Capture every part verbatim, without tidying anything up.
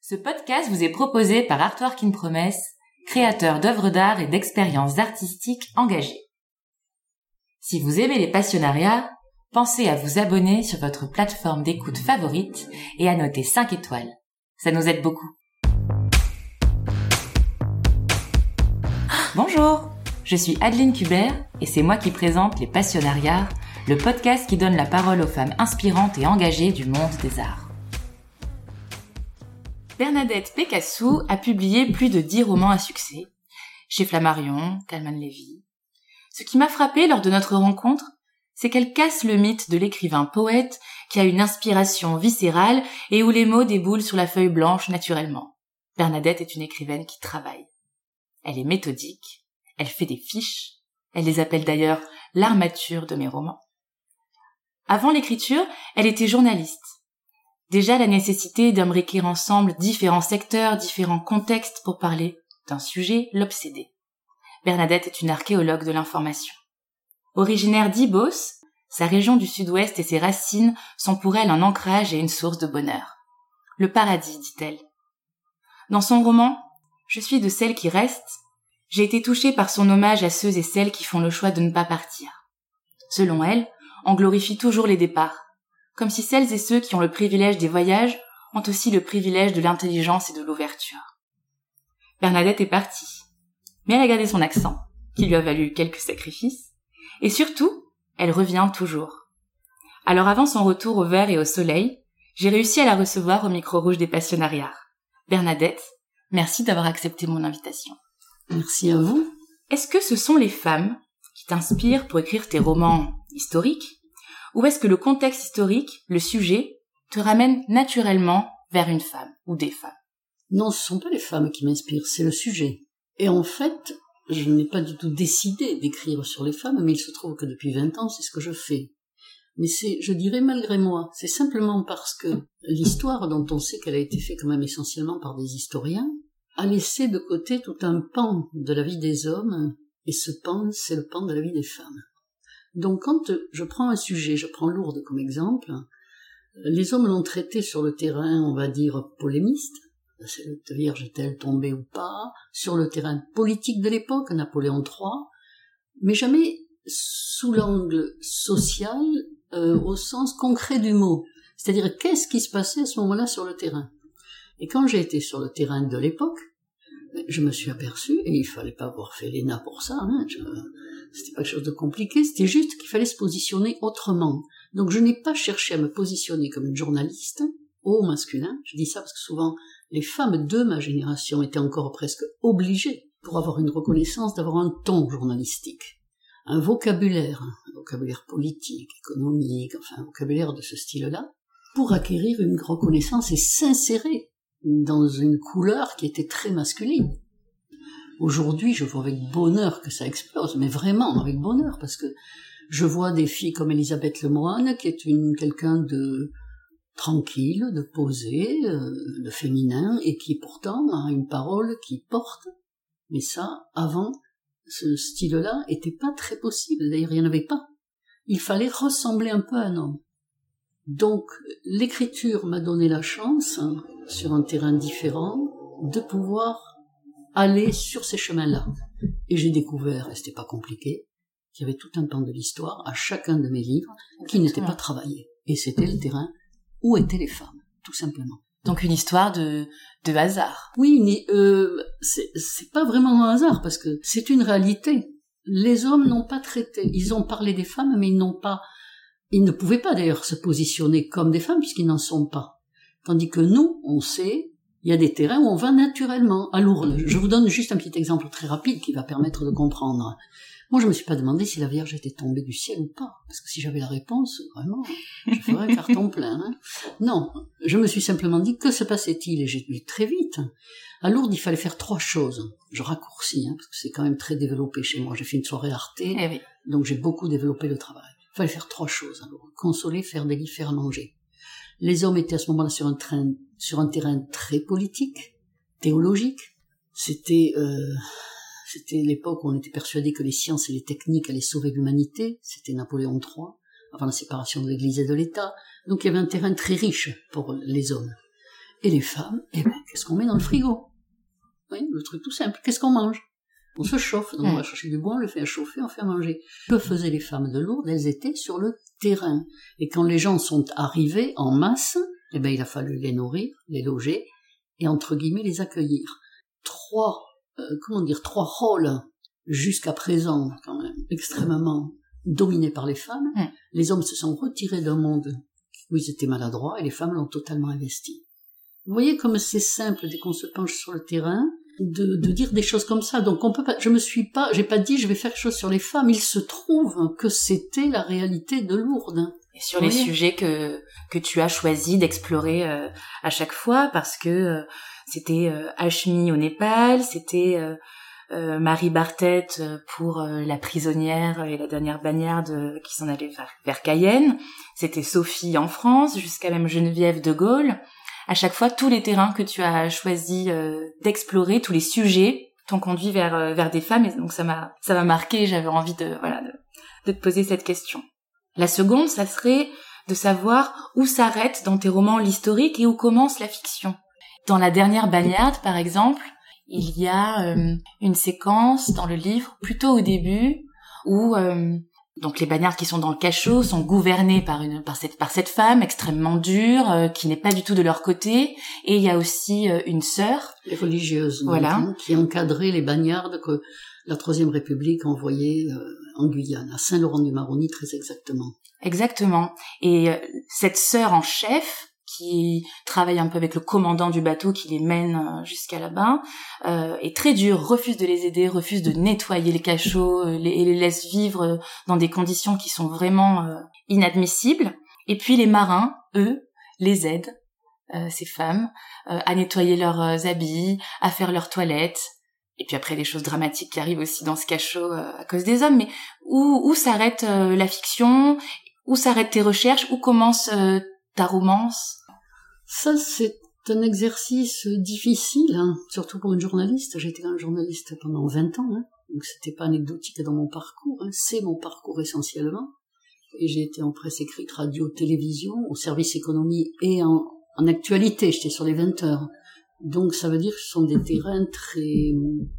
Ce podcast vous est proposé par Artwork in Promesse, créateur d'œuvres d'art et d'expériences artistiques engagées. Si vous aimez les passionnariats, pensez à vous abonner sur votre plateforme d'écoute favorite et à noter cinq étoiles. Ça nous aide beaucoup. Bonjour, je suis Adeline Kubert et c'est moi qui présente les Passionnariats, le podcast qui donne la parole aux femmes inspirantes et engagées du monde des arts. Bernadette Pécassou a publié plus de dix romans à succès, chez Flammarion, Calman Levy. Ce qui m'a frappé lors de notre rencontre, c'est qu'elle casse le mythe de l'écrivain poète qui a une inspiration viscérale et où les mots déboulent sur la feuille blanche naturellement. Bernadette est une écrivaine qui travaille. Elle est méthodique, elle fait des fiches, elle les appelle d'ailleurs l'armature de mes romans. Avant l'écriture, elle était journaliste. Déjà la nécessité d'imbriquer ensemble différents secteurs, différents contextes pour parler d'un sujet l'obsédait. Bernadette est une archéologue de l'information. Originaire d'Ibos, sa région du sud-ouest et ses racines sont pour elle un ancrage et une source de bonheur. Le paradis, dit-elle. Dans son roman « Je suis de celles qui restent », j'ai été touchée par son hommage à ceux et celles qui font le choix de ne pas partir. Selon elle, on glorifie toujours les départs, comme si celles et ceux qui ont le privilège des voyages ont aussi le privilège de l'intelligence et de l'ouverture. Bernadette est partie, mais elle a gardé son accent, qui lui a valu quelques sacrifices, et surtout, elle revient toujours. Alors avant son retour au vert et au soleil, j'ai réussi à la recevoir au micro rouge des Passionnariats. Bernadette, merci d'avoir accepté mon invitation. Merci à vous. Est-ce que ce sont les femmes qui t'inspirent pour écrire tes romans historiques ? Ou est-ce que le contexte historique, le sujet, te ramène naturellement vers une femme ou des femmes ? Non, ce ne sont pas les femmes qui m'inspirent, c'est le sujet. Et en fait, je n'ai pas du tout décidé d'écrire sur les femmes, mais il se trouve que depuis vingt ans, c'est ce que je fais. Mais c'est, je dirais malgré moi, c'est simplement parce que l'histoire, dont on sait qu'elle a été faite quand même essentiellement par des historiens, a laissé de côté tout un pan de la vie des hommes, et ce pan, c'est le pan de la vie des femmes. Donc quand je prends un sujet, je prends Lourdes comme exemple, les hommes l'ont traité sur le terrain, on va dire, polémiste, cette Vierge est-elle tombée ou pas, sur le terrain politique de l'époque, Napoléon trois, mais jamais sous l'angle social, euh, au sens concret du mot. C'est-à-dire, qu'est-ce qui se passait à ce moment-là sur le terrain ? Et quand j'ai été sur le terrain de l'époque, je me suis aperçu, et il fallait pas avoir fait l'E N A pour ça, hein, je, c'était pas quelque chose de compliqué, c'était juste qu'il fallait se positionner autrement. Donc je n'ai pas cherché à me positionner comme une journaliste, au masculin, je dis ça parce que souvent les femmes de ma génération étaient encore presque obligées, pour avoir une reconnaissance, d'avoir un ton journalistique, un vocabulaire, un vocabulaire politique, économique, enfin un vocabulaire de ce style-là, pour acquérir une reconnaissance et s'insérer dans une couleur qui était très masculine. Aujourd'hui, je vois avec bonheur que ça explose, mais vraiment avec bonheur, parce que je vois des filles comme Elisabeth Lemoine, qui est une quelqu'un de tranquille, de posé, de féminin, et qui pourtant a une parole qui porte. Mais ça, avant, ce style-là était pas très possible. D'ailleurs, il n'y en avait pas. Il fallait ressembler un peu à un homme. Donc, l'écriture m'a donné la chance, hein, sur un terrain différent, de pouvoir aller sur ces chemins-là. Et j'ai découvert, et c'était pas compliqué, qu'il y avait tout un pan de l'histoire à chacun de mes livres qui n'était pas travaillé. Et c'était le terrain où étaient les femmes, tout simplement. Donc une histoire de, de hasard. Oui, mais, euh, c'est, c'est pas vraiment un hasard, parce que c'est une réalité. Les hommes n'ont pas traité, ils ont parlé des femmes, mais ils n'ont pas, ils ne pouvaient pas d'ailleurs se positionner comme des femmes, puisqu'ils n'en sont pas. Tandis que nous, on sait, il y a des terrains où on va naturellement à Lourdes. Je vous donne juste un petit exemple très rapide qui va permettre de comprendre. Moi, je me suis pas demandé si la Vierge était tombée du ciel ou pas, parce que si j'avais la réponse, vraiment, je ferais un carton plein. Hein. Non, je me suis simplement dit, que se passait-il ? Et j'ai vu très vite. À Lourdes, il fallait faire trois choses. Je raccourcis, hein, parce que c'est quand même très développé chez moi. J'ai fait une soirée Arte, eh oui. Donc j'ai beaucoup développé le travail. Il fallait faire trois choses à Lourdes. Consoler, faire des lits, faire à manger. Les hommes étaient à ce moment-là sur un, train, sur un terrain très politique, théologique. C'était... Euh, C'était l'époque où on était persuadé que les sciences et les techniques allaient sauver l'humanité. C'était Napoléon trois, avant la séparation de l'Église et de l'État. Donc il y avait un terrain très riche pour les hommes. Et les femmes, eh ben, qu'est-ce qu'on met dans le frigo? Oui, le truc tout simple. Qu'est-ce qu'on mange? On se chauffe, donc on va chercher du bois, on le fait chauffer, on fait à manger. Que faisaient les femmes de Lourdes? Elles étaient sur le terrain. Et quand les gens sont arrivés en masse, eh ben, il a fallu les nourrir, les loger, et entre guillemets, les accueillir. Trois, euh, comment dire, trois rôles, jusqu'à présent, quand même, extrêmement dominés par les femmes. Mm. Les hommes se sont retirés d'un monde où ils étaient maladroits, et les femmes l'ont totalement investi. Vous voyez comme c'est simple, dès qu'on se penche sur le terrain, de, de dire des choses comme ça. Donc on peut pas, je me suis pas, j'ai pas dit je vais faire quelque chose sur les femmes. Il se trouve que c'était la réalité de Lourdes. Et sur les sujets que que tu as choisi d'explorer euh, à chaque fois, parce que euh, c'était euh, Hachmi au Népal, c'était euh, euh, Marie Bartet pour euh, la prisonnière et la dernière bagnarde euh, qui s'en allait vers, vers Cayenne, c'était Sophie en France, jusqu'à même Geneviève de Gaulle. À chaque fois, tous les terrains que tu as choisi euh, d'explorer, tous les sujets t'ont conduit vers euh, vers des femmes, et donc ça m'a ça m'a marqué. J'avais envie de voilà de, de te poser cette question. La seconde, ça serait de savoir où s'arrête dans tes romans l'historique et où commence la fiction. Dans La dernière bagnarde, par exemple, il y a euh, une séquence dans le livre, plutôt au début, où euh, donc les bagnardes qui sont dans le cachot sont gouvernées par une par cette par cette femme extrêmement dure euh, qui n'est pas du tout de leur côté, et il y a aussi euh, une sœur, les religieuses, voilà, hein, qui encadraient les bagnardes que la Troisième République envoyait euh, en Guyane, à Saint-Laurent-du-Maroni très exactement. Exactement. Et euh, cette sœur en chef qui travaille un peu avec le commandant du bateau qui les mène euh, jusqu'à là-bas, euh, est très dure, refuse de les aider, refuse de nettoyer les cachots, euh, les, et les laisse vivre euh, dans des conditions qui sont vraiment euh, inadmissibles. Et puis les marins, eux, les aident, euh, ces femmes, euh, à nettoyer leurs euh, habits, à faire leurs toilettes. Et puis après, les choses dramatiques qui arrivent aussi dans ce cachot euh, à cause des hommes. Mais où, où s'arrête euh, la fiction? Où s'arrêtent tes recherches? Où commence euh, ta romance? Ça, c'est un exercice difficile, hein, surtout pour une journaliste. J'ai été quand même journaliste pendant vingt ans, hein, donc c'était pas anecdotique dans mon parcours, hein, c'est mon parcours essentiellement. Et j'ai été en presse écrite, radio, télévision, au service économie et en, en actualité, j'étais sur les vingt heures. Donc ça veut dire que ce sont des terrains très...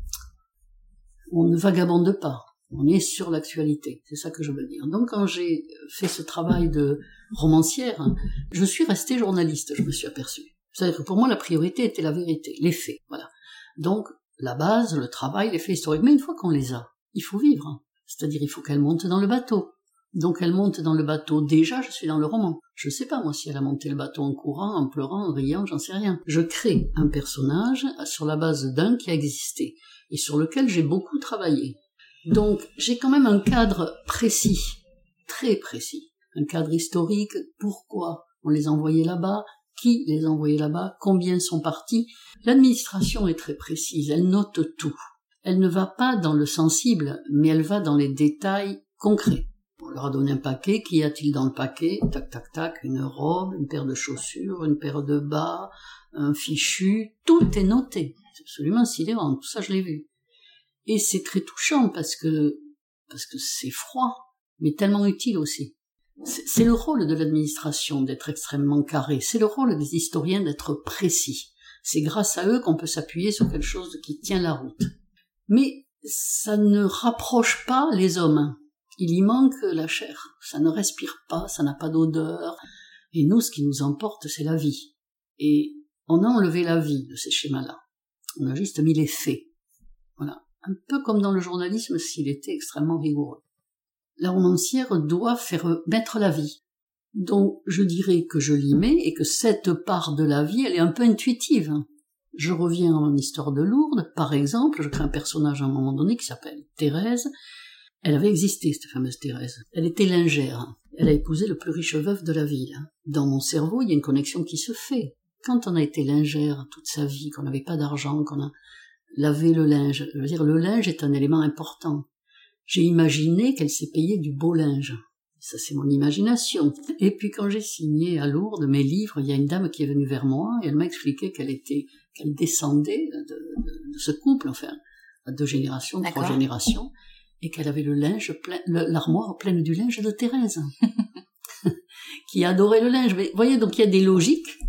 On ne vagabonde pas. On est sur l'actualité, c'est ça que je veux dire. Donc quand j'ai fait ce travail de romancière, je suis restée journaliste, je me suis aperçue. C'est-à-dire que pour moi, la priorité était la vérité, les faits, voilà. Donc la base, le travail, les faits historiques. Mais une fois qu'on les a, il faut vivre. C'est-à-dire il faut qu'elle monte dans le bateau. Donc elle monte dans le bateau, déjà je suis dans le roman. Je sais pas moi si elle a monté le bateau en courant, en pleurant, en riant, j'en sais rien. Je crée un personnage sur la base d'un qui a existé et sur lequel j'ai beaucoup travaillé. Donc, j'ai quand même un cadre précis, très précis. Un cadre historique, pourquoi on les a envoyés là-bas, qui les a envoyés là-bas, combien sont partis. L'administration est très précise, elle note tout. Elle ne va pas dans le sensible, mais elle va dans les détails concrets. On leur a donné un paquet, qu'y a-t-il dans le paquet? Tac, tac, tac, une robe, une paire de chaussures, une paire de bas, un fichu, tout est noté. C'est absolument sidérant, tout ça je l'ai vu. Et c'est très touchant parce que parce que c'est froid, mais tellement utile aussi. C'est, c'est le rôle de l'administration d'être extrêmement carré. C'est le rôle des historiens d'être précis. C'est grâce à eux qu'on peut s'appuyer sur quelque chose qui tient la route. Mais ça ne rapproche pas les hommes. Il y manque la chair. Ça ne respire pas, ça n'a pas d'odeur. Et nous, ce qui nous emporte, c'est la vie. Et on a enlevé la vie de ces schémas-là. On a juste mis les faits. Voilà. Un peu comme dans le journalisme s'il était extrêmement rigoureux. La romancière doit faire mettre la vie. Donc je dirais que je l'y mets et que cette part de la vie, elle est un peu intuitive. Je reviens à mon histoire de Lourdes, par exemple, je crée un personnage à un moment donné qui s'appelle Thérèse. Elle avait existé, cette fameuse Thérèse. Elle était lingère. Elle a épousé le plus riche veuf de la ville. Dans mon cerveau, il y a une connexion qui se fait. Quand on a été lingère toute sa vie, qu'on n'avait pas d'argent, qu'on a laver le linge. Je veux dire, le linge est un élément important. J'ai imaginé qu'elle s'est payée du beau linge. Ça, c'est mon imagination. Et puis, quand j'ai signé à Lourdes mes livres, il y a une dame qui est venue vers moi et elle m'a expliqué qu'elle était, qu'elle descendait de, de, de ce couple, enfin, à deux générations, D'accord. trois générations, et qu'elle avait le linge plein, le, l'armoire pleine du linge de Thérèse, qui adorait le linge. Mais, vous voyez, donc il y a des logiques.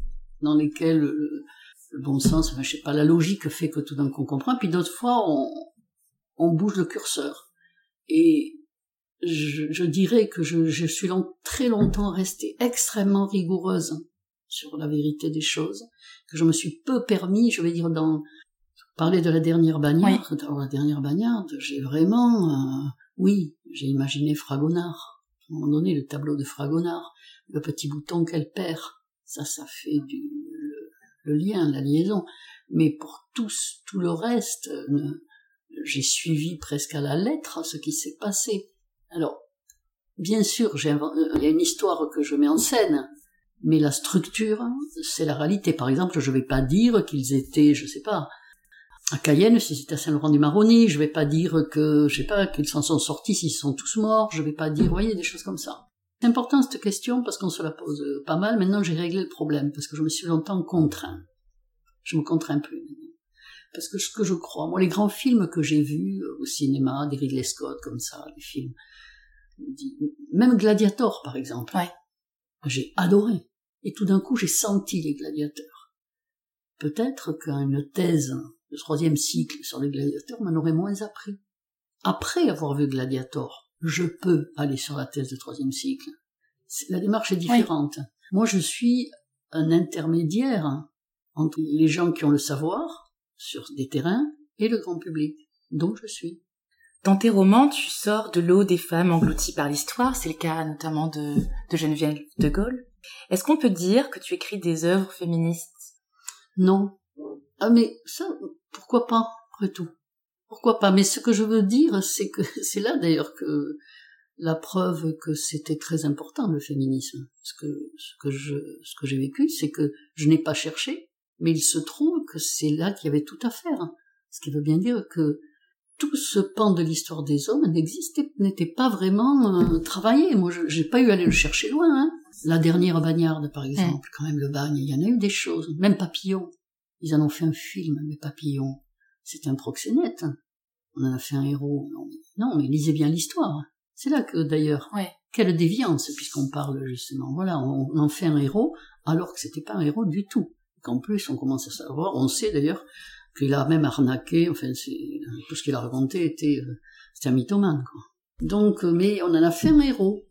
dans lesquels le, le bon sens, enfin, je sais pas, la logique fait que tout d'un coup on comprend, puis d'autres fois on, on bouge le curseur. Et je, je dirais que je, je suis long, très longtemps restée extrêmement rigoureuse sur la vérité des choses, que je me suis peu permis, je vais dire, dans parler de la dernière bagnarde. Oui. Dans la dernière bagnarde, j'ai vraiment, euh, oui, j'ai imaginé Fragonard. À un moment donné, le tableau de Fragonard, le petit bouton qu'elle perd, ça, ça fait du le, le lien, la liaison. Mais pour tous, tout le reste, euh, j'ai suivi presque à la lettre ce qui s'est passé. Alors, bien sûr, j'ai il y a une histoire que je mets en scène, mais la structure, c'est la réalité. Par exemple, je vais pas dire qu'ils étaient, je sais pas, à Cayenne, si c'était à Saint-Laurent-du-Maroni, je vais pas dire que, je sais pas, qu'ils s'en sont sortis s'ils sont tous morts, je vais pas dire, vous voyez, des choses comme ça. C'est important cette question parce qu'on se la pose pas mal. Maintenant, j'ai réglé le problème parce que je me suis longtemps contraint. Je me contrains plus maintenant. Parce que ce que je crois, moi, les grands films que j'ai vus au cinéma, des Ridley Scott, comme ça, les films, même Gladiator, par exemple, ouais. J'ai adoré. Et tout d'un coup, j'ai senti les gladiateurs. Peut-être qu'une thèse de troisième cycle sur les gladiateurs m'en aurait moins appris. Après avoir vu Gladiator, je peux aller sur la thèse de troisième cycle. La démarche est différente. Oui. Moi, je suis un intermédiaire entre les gens qui ont le savoir sur des terrains et le grand public. Donc, je suis. Dans tes romans, tu sors de l'eau des femmes englouties par l'histoire. C'est le cas notamment de, de Geneviève de Gaulle. Est-ce qu'on peut dire que tu écris des œuvres féministes? Non. Ah, mais ça, pourquoi pas, après tout? Pourquoi pas? Mais ce que je veux dire, c'est que c'est là d'ailleurs que la preuve que c'était très important, le féminisme. Ce que, ce que je, ce que j'ai vécu, c'est que je n'ai pas cherché, mais il se trouve que c'est là qu'il y avait tout à faire. Ce qui veut bien dire que tout ce pan de l'histoire des hommes n'existait, n'était pas vraiment euh, travaillé. Moi, je, j'ai pas eu à aller le chercher loin, hein. La dernière bagnarde, par exemple, mmh. quand même, le bagne, il y en a eu des choses. Même Papillon. Ils en ont fait un film, mais Papillon. C'est un proxénète. On en a fait un héros. Non, mais, non, mais lisez bien l'histoire. C'est là que, d'ailleurs, ouais. quelle déviance, puisqu'on parle justement. Voilà, on, on en fait un héros, alors que c'était pas un héros du tout. Qu'en plus, on commence à savoir, on sait d'ailleurs, qu'il a même arnaqué, enfin, c'est, tout ce qu'il a raconté était, euh, c'était un mythomane, quoi. Donc, mais on en a fait un héros.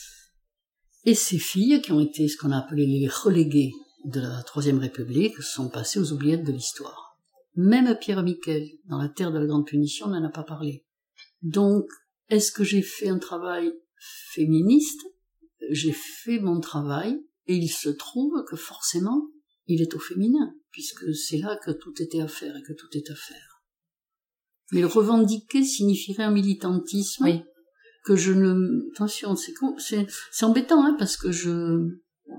Et ces filles, qui ont été ce qu'on a appelé les reléguées de la Troisième République, sont passées aux oubliettes de l'histoire. Même Pierre Miquel, dans La Terre de la Grande Punition, n'en a pas parlé. Donc, est-ce que j'ai fait un travail féministe? J'ai fait mon travail, et il se trouve que forcément, il est au féminin, puisque c'est là que tout était à faire et que tout est à faire. Mais le revendiquer signifierait un militantisme oui. que je ne... Attention, c'est, c'est, c'est embêtant, hein, parce que je...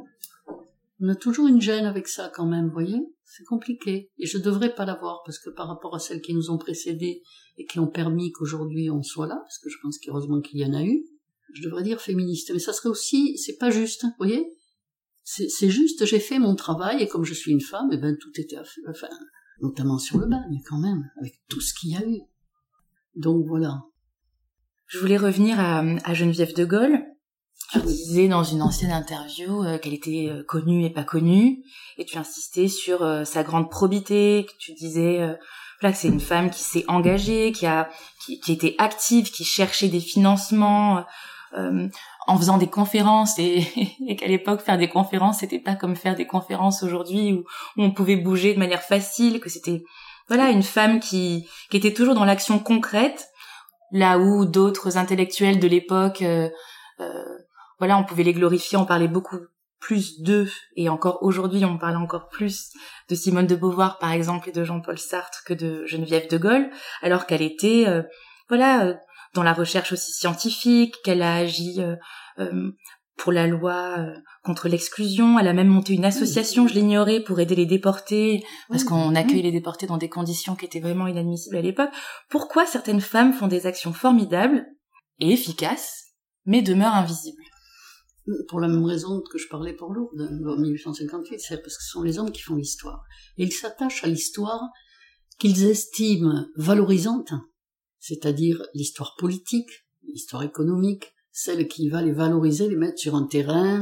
On a toujours une gêne avec ça quand même, vous voyez? C'est compliqué. Et je devrais pas l'avoir, parce que par rapport à celles qui nous ont précédées et qui ont permis qu'aujourd'hui on soit là, parce que je pense qu'heureusement qu'il y en a eu, je devrais dire féministe. Mais ça serait aussi... C'est pas juste, vous voyez? C'est, c'est juste, j'ai fait mon travail, et comme je suis une femme, eh ben, tout était à faire, enfin, notamment sur le bagne, quand même, avec tout ce qu'il y a eu. Donc, voilà. Je voulais revenir à, à Geneviève de Gaulle. Tu ah, disais dans une ancienne interview euh, qu'elle était euh, connue et pas connue, et tu insistais sur euh, sa grande probité, que tu disais, euh, voilà, que c'est une femme qui s'est engagée, qui a, qui, qui était active, qui cherchait des financements, euh, en faisant des conférences, et, et qu'à l'époque faire des conférences c'était pas comme faire des conférences aujourd'hui où, où on pouvait bouger de manière facile, que c'était voilà une femme qui qui était toujours dans l'action concrète, là où d'autres intellectuels de l'époque euh, euh, voilà, on pouvait les glorifier, on parlait beaucoup plus d'eux, et encore aujourd'hui on parle encore plus de Simone de Beauvoir par exemple et de Jean-Paul Sartre que de Geneviève de Gaulle, alors qu'elle était euh, voilà euh, dans la recherche aussi scientifique, qu'elle a agi euh, euh, pour la loi euh, contre l'exclusion. Elle a même monté une association, je l'ignorais, pour aider les déportés, parce qu'on accueille les déportés dans des conditions qui étaient vraiment inadmissibles à l'époque. Pourquoi certaines femmes font des actions formidables et efficaces, mais demeurent invisibles? Pour la même raison que je parlais pour Lourdes, en dix-huit cent cinquante-huit, c'est parce que ce sont les hommes qui font l'histoire. Et ils s'attachent à l'histoire qu'ils estiment valorisante, c'est-à-dire l'histoire politique, l'histoire économique, celle qui va les valoriser, les mettre sur un terrain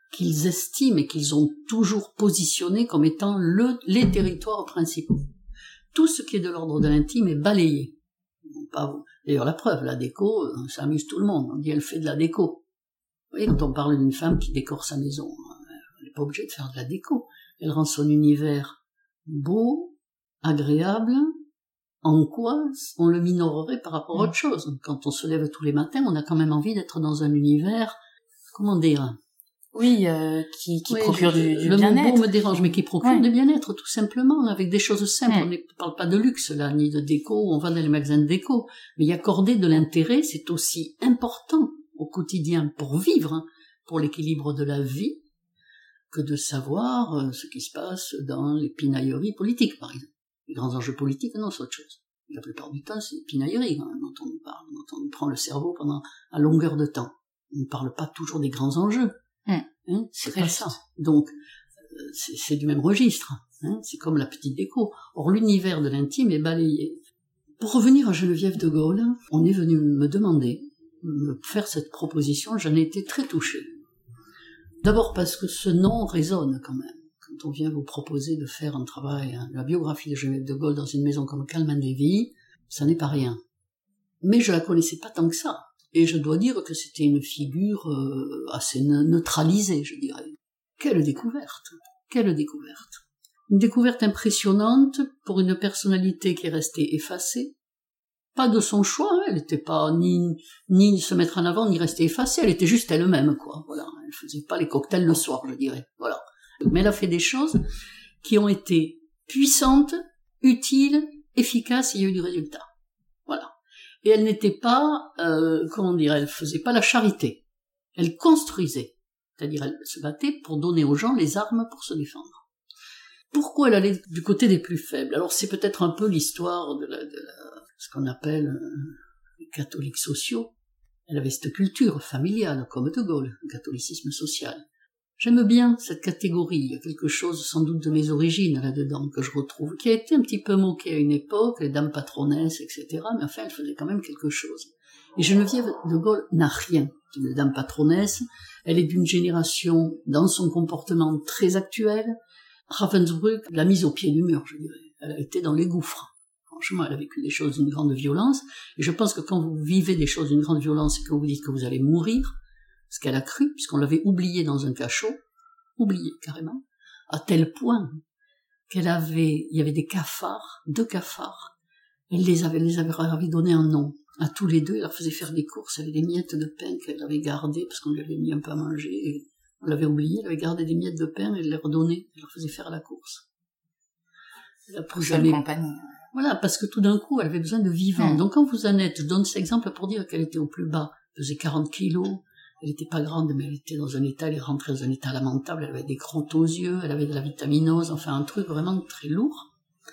qu'ils estiment et qu'ils ont toujours positionné comme étant le, les territoires principaux. Tout ce qui est de l'ordre de l'intime est balayé. Pas vous. D'ailleurs, la preuve, la déco, ça amuse tout le monde. On dit elle fait de la déco. Vous voyez, quand on parle d'une femme qui décore sa maison, elle n'est pas obligée de faire de la déco. Elle rend son univers beau, agréable. En quoi on le minorerait par rapport à autre chose? Quand on se lève tous les matins, on a quand même envie d'être dans un univers, comment dire? Oui, euh, qui, qui oui, procure je, du, du le bien-être. Le mot me dérange, mais qui procure ouais. du bien-être, tout simplement, avec des choses simples. Ouais. On ne parle pas de luxe, là, ni de déco, on va dans les magasins de déco. Mais y accorder de l'intérêt, c'est aussi important au quotidien pour vivre, hein, pour l'équilibre de la vie, que de savoir euh, ce qui se passe dans les pinailleries politiques, par exemple. Les grands enjeux politiques, non, c'est autre chose. La plupart du temps, c'est les pinailleries hein, dont on nous parle, dont on nous prend le cerveau pendant à longueur de temps. On ne parle pas toujours des grands enjeux. Mmh. Hein, c'est pas ça. Donc, c'est, c'est du même registre. Hein, c'est comme la petite déco. Or, l'univers de l'intime est balayé. Pour revenir à Geneviève de Gaulle, on est venu me demander, me faire cette proposition, j'en ai été très touchée. D'abord parce que ce nom résonne quand même. Quand on vient vous proposer de faire un travail, hein, la biographie de Geneviève de Gaulle dans une maison comme Calman-Lévy, ça n'est pas rien. Mais je la connaissais pas tant que ça. Et je dois dire que c'était une figure euh, assez neutralisée, je dirais. Quelle découverte! Quelle découverte! Une découverte impressionnante pour une personnalité qui est restée effacée. Pas de son choix, hein, elle n'était pas ni, ni se mettre en avant, ni rester effacée, elle était juste elle-même, quoi. Voilà, elle faisait pas les cocktails le soir, je dirais. Voilà. Mais elle a fait des choses qui ont été puissantes, utiles, efficaces, et il y a eu du résultat. Voilà. Et elle n'était pas, euh, comment dire, elle faisait pas la charité. Elle construisait. C'est-à-dire, elle se battait pour donner aux gens les armes pour se défendre. Pourquoi elle allait du côté des plus faibles? Alors, c'est peut-être un peu l'histoire de, la, de la, ce qu'on appelle euh, les catholiques sociaux. Elle avait cette culture familiale, comme de Gaulle, le catholicisme social. J'aime bien cette catégorie, il y a quelque chose sans doute de mes origines là-dedans que je retrouve, qui a été un petit peu moqué à une époque, les dames patronesses, et cetera, mais enfin elle faisait quand même quelque chose. Et Geneviève de Gaulle n'a rien d'une dame patronesse, elle est d'une génération dans son comportement très actuel. Ravensbrück l'a mise au pied du mur, je dirais, elle a été dans les gouffres. Franchement, elle a vécu des choses d'une grande violence, et je pense que quand vous vivez des choses d'une grande violence et que vous dites que vous allez mourir, ce qu'elle a cru, puisqu'on l'avait oubliée dans un cachot, oubliée carrément, à tel point qu'elle avait, il y avait des cafards, deux cafards, elle les avait, les avait, avait donné un nom à tous les deux, elle leur faisait faire des courses, elle avait des miettes de pain qu'elle avait gardées, parce qu'on lui avait mis un peu à manger, et on l'avait oubliée, elle avait gardé des miettes de pain, et elle les redonnait, elle leur faisait faire la course. Elle a pour jamais... compagnie. Voilà, parce que tout d'un coup, elle avait besoin de vivant. Mmh. Donc quand vous en êtes, je donne cet exemple pour dire qu'elle était au plus bas, elle faisait quarante kilos, elle n'était pas grande, mais elle était dans un état, elle est rentrée dans un état lamentable, elle avait des crottes aux yeux, elle avait de la vitaminose, enfin un truc vraiment très lourd.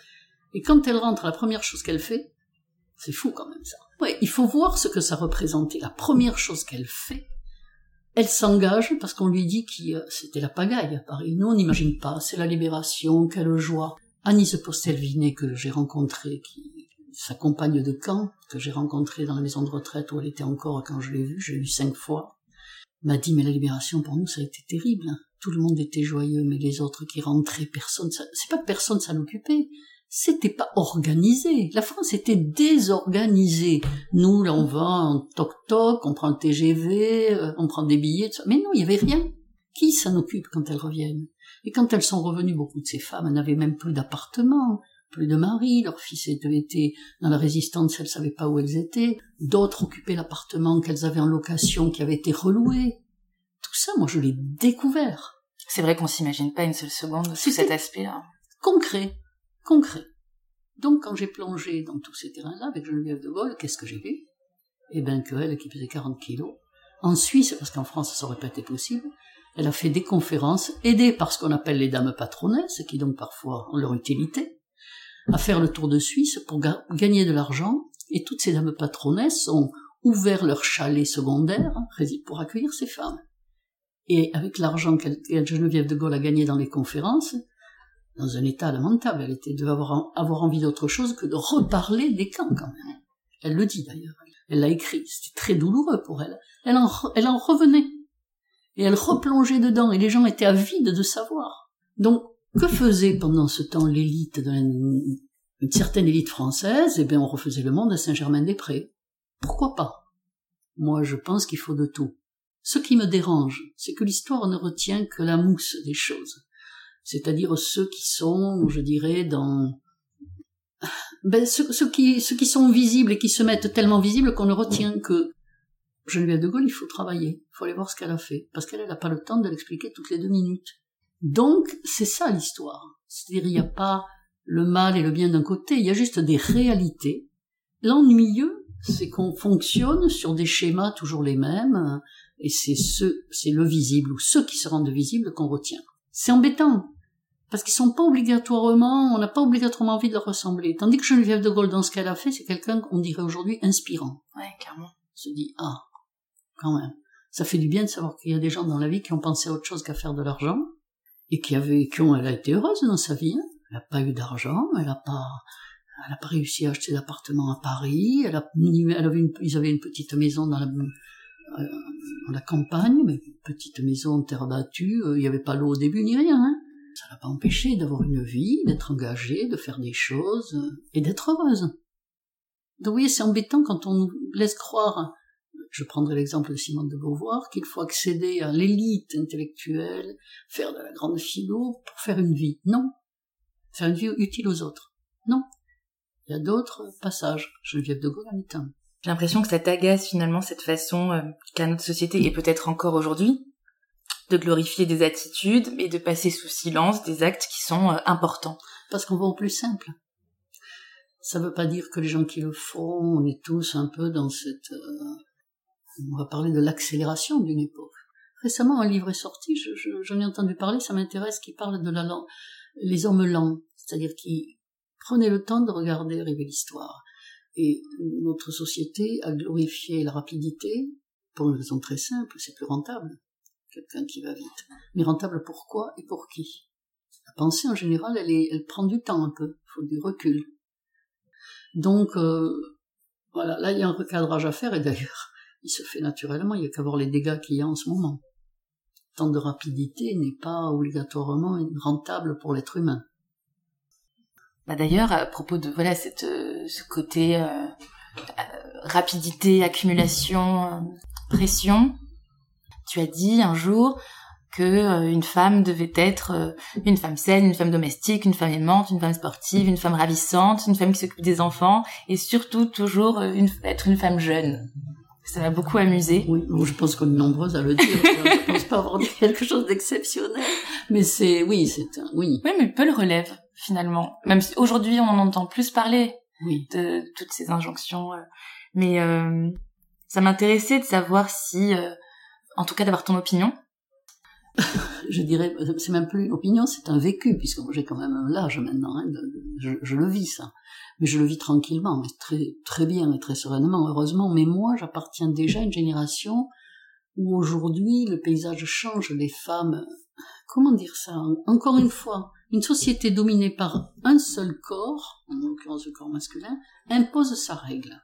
Et quand elle rentre, la première chose qu'elle fait, c'est fou quand même ça. Ouais, il faut voir ce que ça représentait. La première chose qu'elle fait, elle s'engage parce qu'on lui dit que c'était la pagaille à Paris. Nous, on n'imagine pas, c'est la libération, quelle joie. Agnès Postel-Vinet, que j'ai rencontrée, qui sa compagne de camp, que j'ai rencontrée dans la maison de retraite où elle était encore quand je l'ai vue, je l'ai vue cinq fois, m'a dit, mais la libération, pour nous, ça a été terrible. Tout le monde était joyeux, mais les autres qui rentraient, personne, ça, c'est pas que personne s'en occupait. C'était pas organisé. La France était désorganisée. Nous, là, on va en toc-toc, on prend le T G V, on prend des billets, tout ça. Mais non, il y avait rien. Qui s'en occupe quand elles reviennent? Et quand elles sont revenues, beaucoup de ces femmes n'avaient même plus d'appartement, plus de mari, leurs fils étaient dans la résistance, elles ne savaient pas où elles étaient, d'autres occupaient l'appartement qu'elles avaient en location, qui avait été reloué. Tout ça, moi, je l'ai découvert. C'est vrai qu'on s'imagine pas une seule seconde sous cet aspect-là. Concret, concret. Donc, quand j'ai plongé dans tous ces terrains-là, avec Geneviève de Gaulle, qu'est-ce que j'ai vu? Eh bien, qu'elle, qui pesait quarante kilos, en Suisse, parce qu'en France, ça aurait pas été possible, elle a fait des conférences, aidée par ce qu'on appelle les dames patronesses, qui donc parfois ont leur utilité, à faire le tour de Suisse pour ga- gagner de l'argent, et toutes ces dames patronesses ont ouvert leur chalet secondaire pour accueillir ces femmes. Et avec l'argent qu'elle, qu'elle Geneviève de Gaulle a gagné dans les conférences, dans un état lamentable, elle était devait avoir, avoir envie d'autre chose que de reparler des camps quand même. Elle le dit d'ailleurs, elle l'a écrit, c'était très douloureux pour elle. Elle en, elle en revenait. Et elle replongeait dedans, et les gens étaient avides de savoir. Donc, que faisait pendant ce temps l'élite, de la, une certaine élite française? Eh bien, on refaisait le monde à Saint-Germain-des-Prés. Pourquoi pas? Moi, je pense qu'il faut de tout. Ce qui me dérange, c'est que l'histoire ne retient que la mousse des choses. C'est-à-dire ceux qui sont, je dirais, dans... Ben, ceux, ceux, qui, ceux qui sont visibles et qui se mettent tellement visibles qu'on ne retient que Geneviève de Gaulle, il faut travailler. Il faut aller voir ce qu'elle a fait. Parce qu'elle n'a pas le temps de l'expliquer toutes les deux minutes. Donc, c'est ça l'histoire. C'est-à-dire, il n'y a pas le mal et le bien d'un côté, il y a juste des réalités. L'ennuyeux, c'est qu'on fonctionne sur des schémas toujours les mêmes, et c'est ce, c'est le visible, ou ceux qui se rendent visibles qu'on retient. C'est embêtant, parce qu'ils sont pas obligatoirement, on n'a pas obligatoirement envie de leur ressembler. Tandis que Geneviève de Gaulle, dans ce qu'elle a fait, c'est quelqu'un qu'on dirait aujourd'hui inspirant. Ouais, clairement. On se dit, ah, quand même. Ça fait du bien de savoir qu'il y a des gens dans la vie qui ont pensé à autre chose qu'à faire de l'argent, et qui avaient, qui ont, elle a été heureuse dans sa vie, hein. Elle n'a pas eu d'argent, elle n'a pas, elle n'a pas réussi à acheter d'appartement à Paris, elle a, elle avait une, ils avaient une petite maison dans la, euh, dans la campagne, mais une petite maison en terre battue, euh, il n'y avait pas l'eau au début ni rien, hein. Ça l'a pas empêché d'avoir une vie, d'être engagée, de faire des choses, euh, et d'être heureuse. Donc vous voyez, c'est embêtant quand on nous laisse croire, je prendrai l'exemple de Simone de Beauvoir, qu'il faut accéder à l'élite intellectuelle, faire de la grande philo pour faire une vie. Non. Faire une vie utile aux autres. Non. Il y a d'autres passages. Geneviève de Gaulle en est un. J'ai l'impression que ça t'agace finalement cette façon euh, qu'a notre société, et peut-être encore aujourd'hui, de glorifier des attitudes et de passer sous silence des actes qui sont euh, importants. Parce qu'on va au plus simple. Ça veut pas dire que les gens qui le font, on est tous un peu dans cette... Euh, on va parler de l'accélération d'une époque. Récemment, un livre est sorti, je, je, j'en ai entendu parler, ça m'intéresse, qui parle de la langue, les hommes lents, c'est-à-dire qui prenaient le temps de regarder arriver l'histoire. Et notre société a glorifié la rapidité pour une raison très simple, c'est plus rentable. Quelqu'un qui va vite. Mais rentable pourquoi et pour qui? La pensée, en général, elle, est, elle prend du temps un peu, il faut du recul. Donc, euh, voilà, là, il y a un recadrage à faire, et d'ailleurs, il se fait naturellement, il n'y a qu'à voir les dégâts qu'il y a en ce moment. Tant de rapidité n'est pas obligatoirement rentable pour l'être humain. Bah d'ailleurs, à propos de voilà cette, euh, ce côté euh, euh, rapidité, accumulation, euh, pression, tu as dit un jour que euh, une femme devait être euh, une femme saine, une femme domestique, une femme aimante, une femme sportive, une femme ravissante, une femme qui s'occupe des enfants, et surtout toujours euh, une, être une femme jeune. Ça m'a beaucoup amusée. Oui, bon, je pense qu'on est nombreuses à le dire. Je pense pas avoir dit quelque chose d'exceptionnel, mais c'est, oui, c'est un, oui. Oui, mais peu le relève, finalement. Même si aujourd'hui, on en entend plus parler oui. de toutes ces injonctions. Euh, mais euh, ça m'intéressait de savoir si, euh, en tout cas d'avoir ton opinion. Je dirais, c'est même plus une opinion, c'est un vécu, puisque moi j'ai quand même un l'âge maintenant, hein, de, de, je, je le vis ça. Mais je le vis tranquillement, mais très, très bien et très sereinement, heureusement. Mais moi, j'appartiens déjà à une génération où aujourd'hui le paysage change, les femmes, comment dire ça, encore une fois, une société dominée par un seul corps, en l'occurrence le corps masculin, impose sa règle.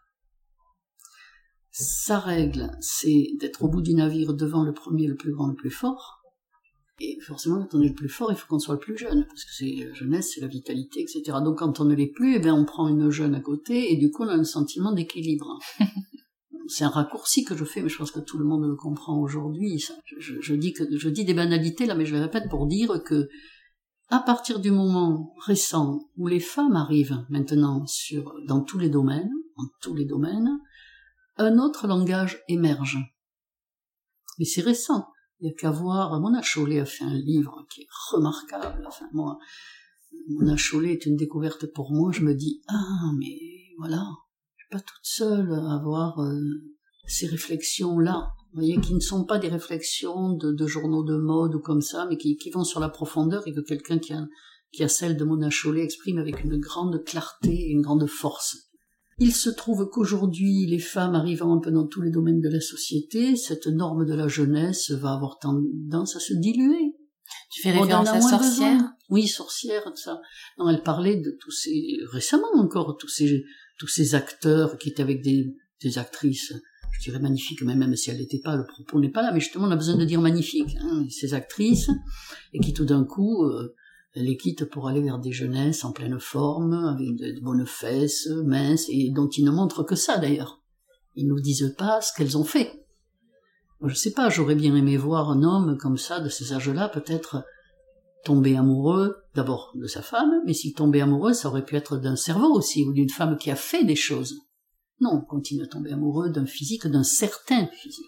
Sa règle, c'est d'être au bout du navire devant le premier, le plus grand, le plus fort. Et forcément, quand on est le plus fort, il faut qu'on soit le plus jeune, parce que c'est la jeunesse, c'est la vitalité, et cetera. Donc quand on ne l'est plus, eh bien, on prend une jeune à côté, et du coup, on a un sentiment d'équilibre. C'est un raccourci que je fais, mais je pense que tout le monde le comprend aujourd'hui. Je, je, je dis que, je dis des banalités, là, mais je les répète pour dire que, à partir du moment récent où les femmes arrivent maintenant sur, dans tous les domaines, dans tous les domaines, un autre langage émerge. Mais c'est récent. Il n'y a qu'à voir, Mona Chollet a fait un livre qui est remarquable. Enfin, moi, Mona Chollet est une découverte pour moi. Je me dis, ah, mais voilà, je suis pas toute seule à avoir euh, ces réflexions-là. Vous voyez, qui ne sont pas des réflexions de, de journaux de mode ou comme ça, mais qui, qui vont sur la profondeur et que quelqu'un qui a, qui a celle de Mona Chollet exprime avec une grande clarté et une grande force. Il se trouve qu'aujourd'hui, les femmes arrivant un peu dans tous les domaines de la société, cette norme de la jeunesse va avoir tendance à se diluer. Tu fais référence à Sorcière? Oui, Sorcière, tout ça. Non, elle parlait de tous ces, récemment encore, tous ces, tous ces acteurs qui étaient avec des, des actrices je dirais magnifique, mais même si elle n'était pas, le propos n'est pas là, mais justement on a besoin de dire magnifique, hein, ces actrices, et qui tout d'un coup euh, les quittent pour aller vers des jeunesses en pleine forme, avec de, de bonnes fesses, minces, et dont ils ne montrent que ça d'ailleurs. Ils nous disent pas ce qu'elles ont fait. Je sais pas, j'aurais bien aimé voir un homme comme ça, de ces âges-là, peut-être tomber amoureux, d'abord de sa femme, mais s'il tombait amoureux, ça aurait pu être d'un cerveau aussi, ou d'une femme qui a fait des choses. Non, on continue à tomber amoureux d'un physique, d'un certain physique,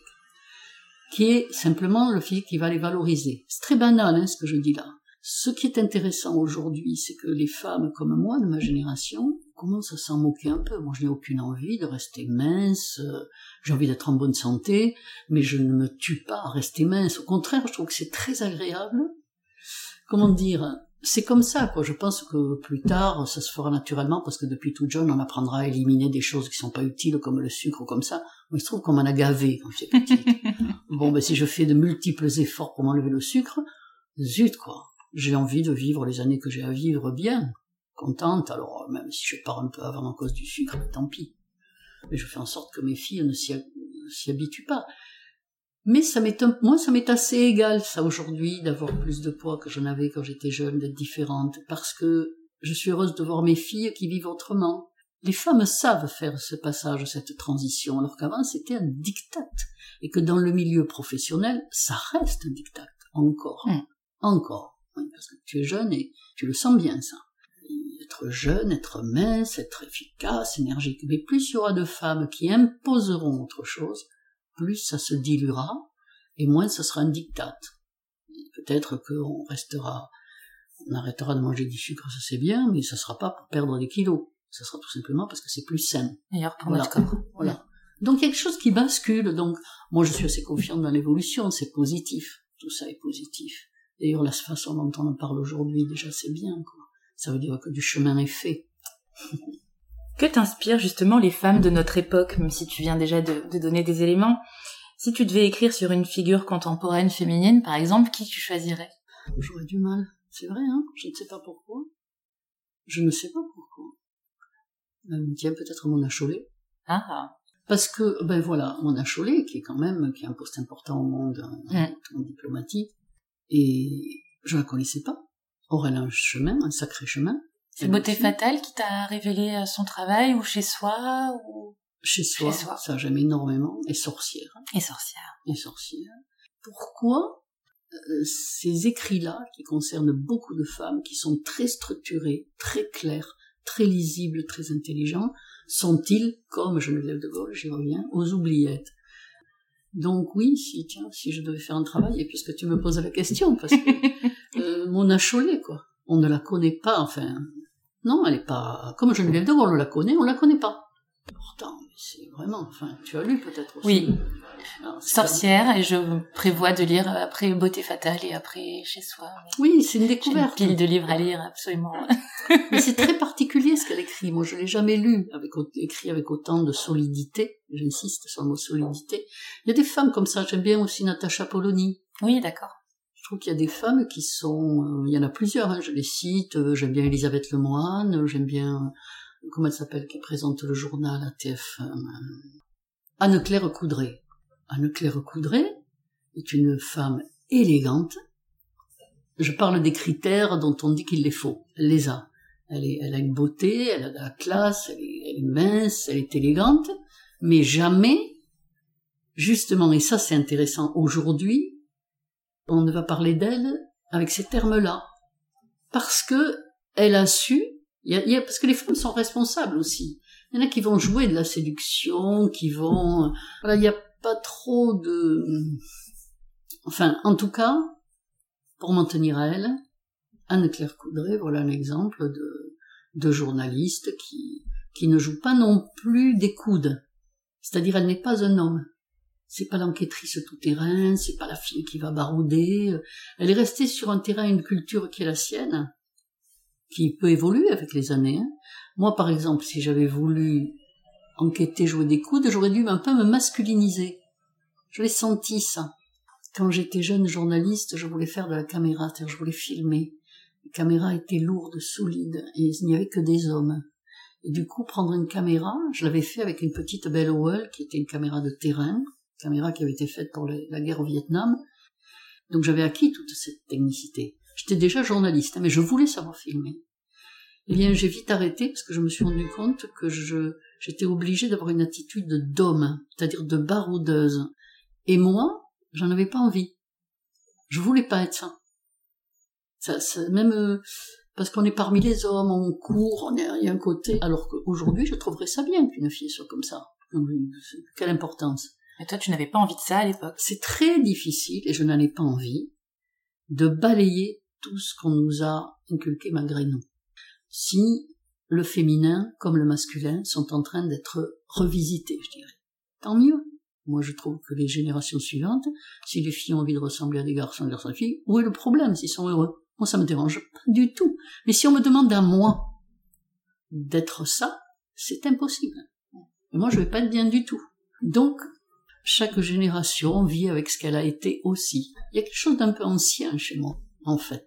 qui est simplement le physique qui va les valoriser. C'est très banal, hein, ce que je dis là. Ce qui est intéressant aujourd'hui, c'est que les femmes comme moi, de ma génération, commencent à s'en moquer un peu. Moi, je n'ai aucune envie de rester mince, euh, j'ai envie d'être en bonne santé, mais je ne me tue pas à rester mince. Au contraire, je trouve que c'est très agréable. Comment dire, c'est comme ça, quoi. Je pense que plus tard, ça se fera naturellement, parce que depuis tout jeune, on apprendra à éliminer des choses qui sont pas utiles, comme le sucre ou comme ça. Moi, il se trouve qu'on m'en a gavé quand j'étais petite. Bon, ben, si je fais de multiples efforts pour m'enlever le sucre, zut, quoi. J'ai envie de vivre les années que j'ai à vivre bien, contente, alors même si je pars un peu avant à cause du sucre, tant pis. Mais je fais en sorte que mes filles ne s'y, s'y habituent pas. Mais ça m'est un, moi, ça m'est assez égal, ça, aujourd'hui, d'avoir plus de poids que j'en avais quand j'étais jeune, d'être différente, parce que je suis heureuse de voir mes filles qui vivent autrement. Les femmes savent faire ce passage, cette transition, alors qu'avant, c'était un diktat. Et que dans le milieu professionnel, ça reste un diktat. Encore. Mmh. Encore. Oui, parce que tu es jeune et tu le sens bien, ça. Être jeune, être mince, être efficace, énergique. Mais plus il y aura de femmes qui imposeront autre chose, plus ça se diluera, et moins ça sera un diktat. Peut-être qu'on restera, on arrêtera de manger du sucre, ça c'est bien, mais ça sera pas pour perdre des kilos. Ça sera tout simplement parce que c'est plus sain. Meilleur pour voilà. notre corps. Voilà. Donc il y a quelque chose qui bascule, donc moi je suis assez confiante dans l'évolution, c'est positif. Tout ça est positif. D'ailleurs, la façon dont on en parle aujourd'hui, déjà c'est bien, quoi. Ça veut dire que du chemin est fait. Que t'inspirent justement les femmes de notre époque, même si tu viens déjà de, de donner des éléments? Si tu devais écrire sur une figure contemporaine féminine, par exemple, qui tu choisirais? J'aurais du mal. C'est vrai, hein? Je ne sais pas pourquoi. Je ne sais pas pourquoi. Euh, tiens, peut-être Mona Chollet. Ah. Parce que, ben voilà, Mona Chollet, qui est quand même, qui a un poste important au monde, mm. un diplomatique, et je la connaissais pas. Or, elle a un chemin, un sacré chemin. C'est Beauté Fatale qui t'a révélé son travail, ou Chez Soi, ou... Chez Soi, Chez Soi. Ça j'aime énormément, et Sorcière. Et Sorcière. Et Sorcière. Pourquoi euh, ces écrits-là, qui concernent beaucoup de femmes, qui sont très structurés, très clairs, très lisibles, très intelligents, sont-ils, comme Geneviève de Gaulle, j'y reviens, aux oubliettes? Donc oui, si, tiens, si je devais faire un travail, et puisque tu me poses la question, parce que euh, Mona Chollet, quoi, on ne la connaît pas, enfin, non, elle est pas, comme Geneviève de Gaulle, on la connaît, on la connaît pas. Pourtant, c'est vraiment, enfin, tu as lu peut-être aussi. Oui. Alors, Sorcière, et je prévois de lire après Beauté Fatale et après Chez Soi. Oui, c'est une découverte. J'ai une pile de livres à lire, absolument. Mais c'est très particulier ce qu'elle écrit. Moi, je l'ai jamais lu, avec, écrit avec autant de solidité. J'insiste sur le mot solidité. Il y a des femmes comme ça. J'aime bien aussi Natacha Polony. Oui, d'accord. Je trouve qu'il y a des femmes qui sont, euh, il y en a plusieurs, hein, je les cite. Euh, j'aime bien Elisabeth Lemoine. J'aime bien, euh, comment elle s'appelle, qui présente le journal à T F un. Euh, Anne-Claire Coudray. Anne-Claire Coudray est une femme élégante. Je parle des critères dont on dit qu'il les faut. Elle les a. Elle, est, elle a une beauté, elle a de la classe, elle est, elle est mince, elle est élégante, mais jamais, justement, et ça c'est intéressant, aujourd'hui, on ne va parler d'elle avec ces termes-là. Parce que elle a su, il y a, il y a, parce que les femmes sont responsables aussi. Il y en a qui vont jouer de la séduction, qui vont... Voilà, il n'y a pas trop de... Enfin, en tout cas, pour m'en tenir à elle, Anne-Claire Coudray, voilà un exemple de, de journaliste qui, qui ne joue pas non plus des coudes. C'est-à-dire, elle n'est pas un homme. C'est pas l'enquêtrice tout-terrain, c'est pas la fille qui va barouder. Elle est restée sur un terrain, une culture qui est la sienne, qui peut évoluer avec les années. Hein. Moi, par exemple, si j'avais voulu enquêter, jouer des coudes, j'aurais dû un peu me masculiniser. Je l'ai senti, ça. Quand j'étais jeune journaliste, je voulais faire de la caméra, c'est-à-dire je voulais filmer. Les caméras étaient lourdes, solides, et il n'y avait que des hommes. Et du coup, prendre une caméra, je l'avais fait avec une petite Bellowell, qui était une caméra de terrain, une caméra qui avait été faite pour la guerre au Vietnam. Donc j'avais acquis toute cette technicité. J'étais déjà journaliste, hein, mais je voulais savoir filmer. Eh bien, j'ai vite arrêté parce que je me suis rendu compte que je, j'étais obligée d'avoir une attitude d'homme, c'est-à-dire de baroudeuse. Et moi, j'en avais pas envie. Je voulais pas être ça. Ça, ça même euh, parce qu'on est parmi les hommes, on court, on est, il y a un côté. Alors qu'aujourd'hui, je trouverais ça bien qu'une fille soit comme ça. Quelle importance. Mais toi, tu n'avais pas envie de ça à l'époque. C'est très difficile, et je n'en ai pas envie, de balayer tout ce qu'on nous a inculqué malgré nous. Si le féminin comme le masculin sont en train d'être revisités, je dirais, tant mieux. Moi, je trouve que les générations suivantes, si les filles ont envie de ressembler à des garçons, des garçons à des filles, où est le problème s'ils sont heureux? Moi, ça me dérange pas du tout. Mais si on me demande à moi d'être ça, c'est impossible. Et moi, je vais pas être bien du tout. Donc, chaque génération vit avec ce qu'elle a été aussi. Il y a quelque chose d'un peu ancien chez moi, en fait.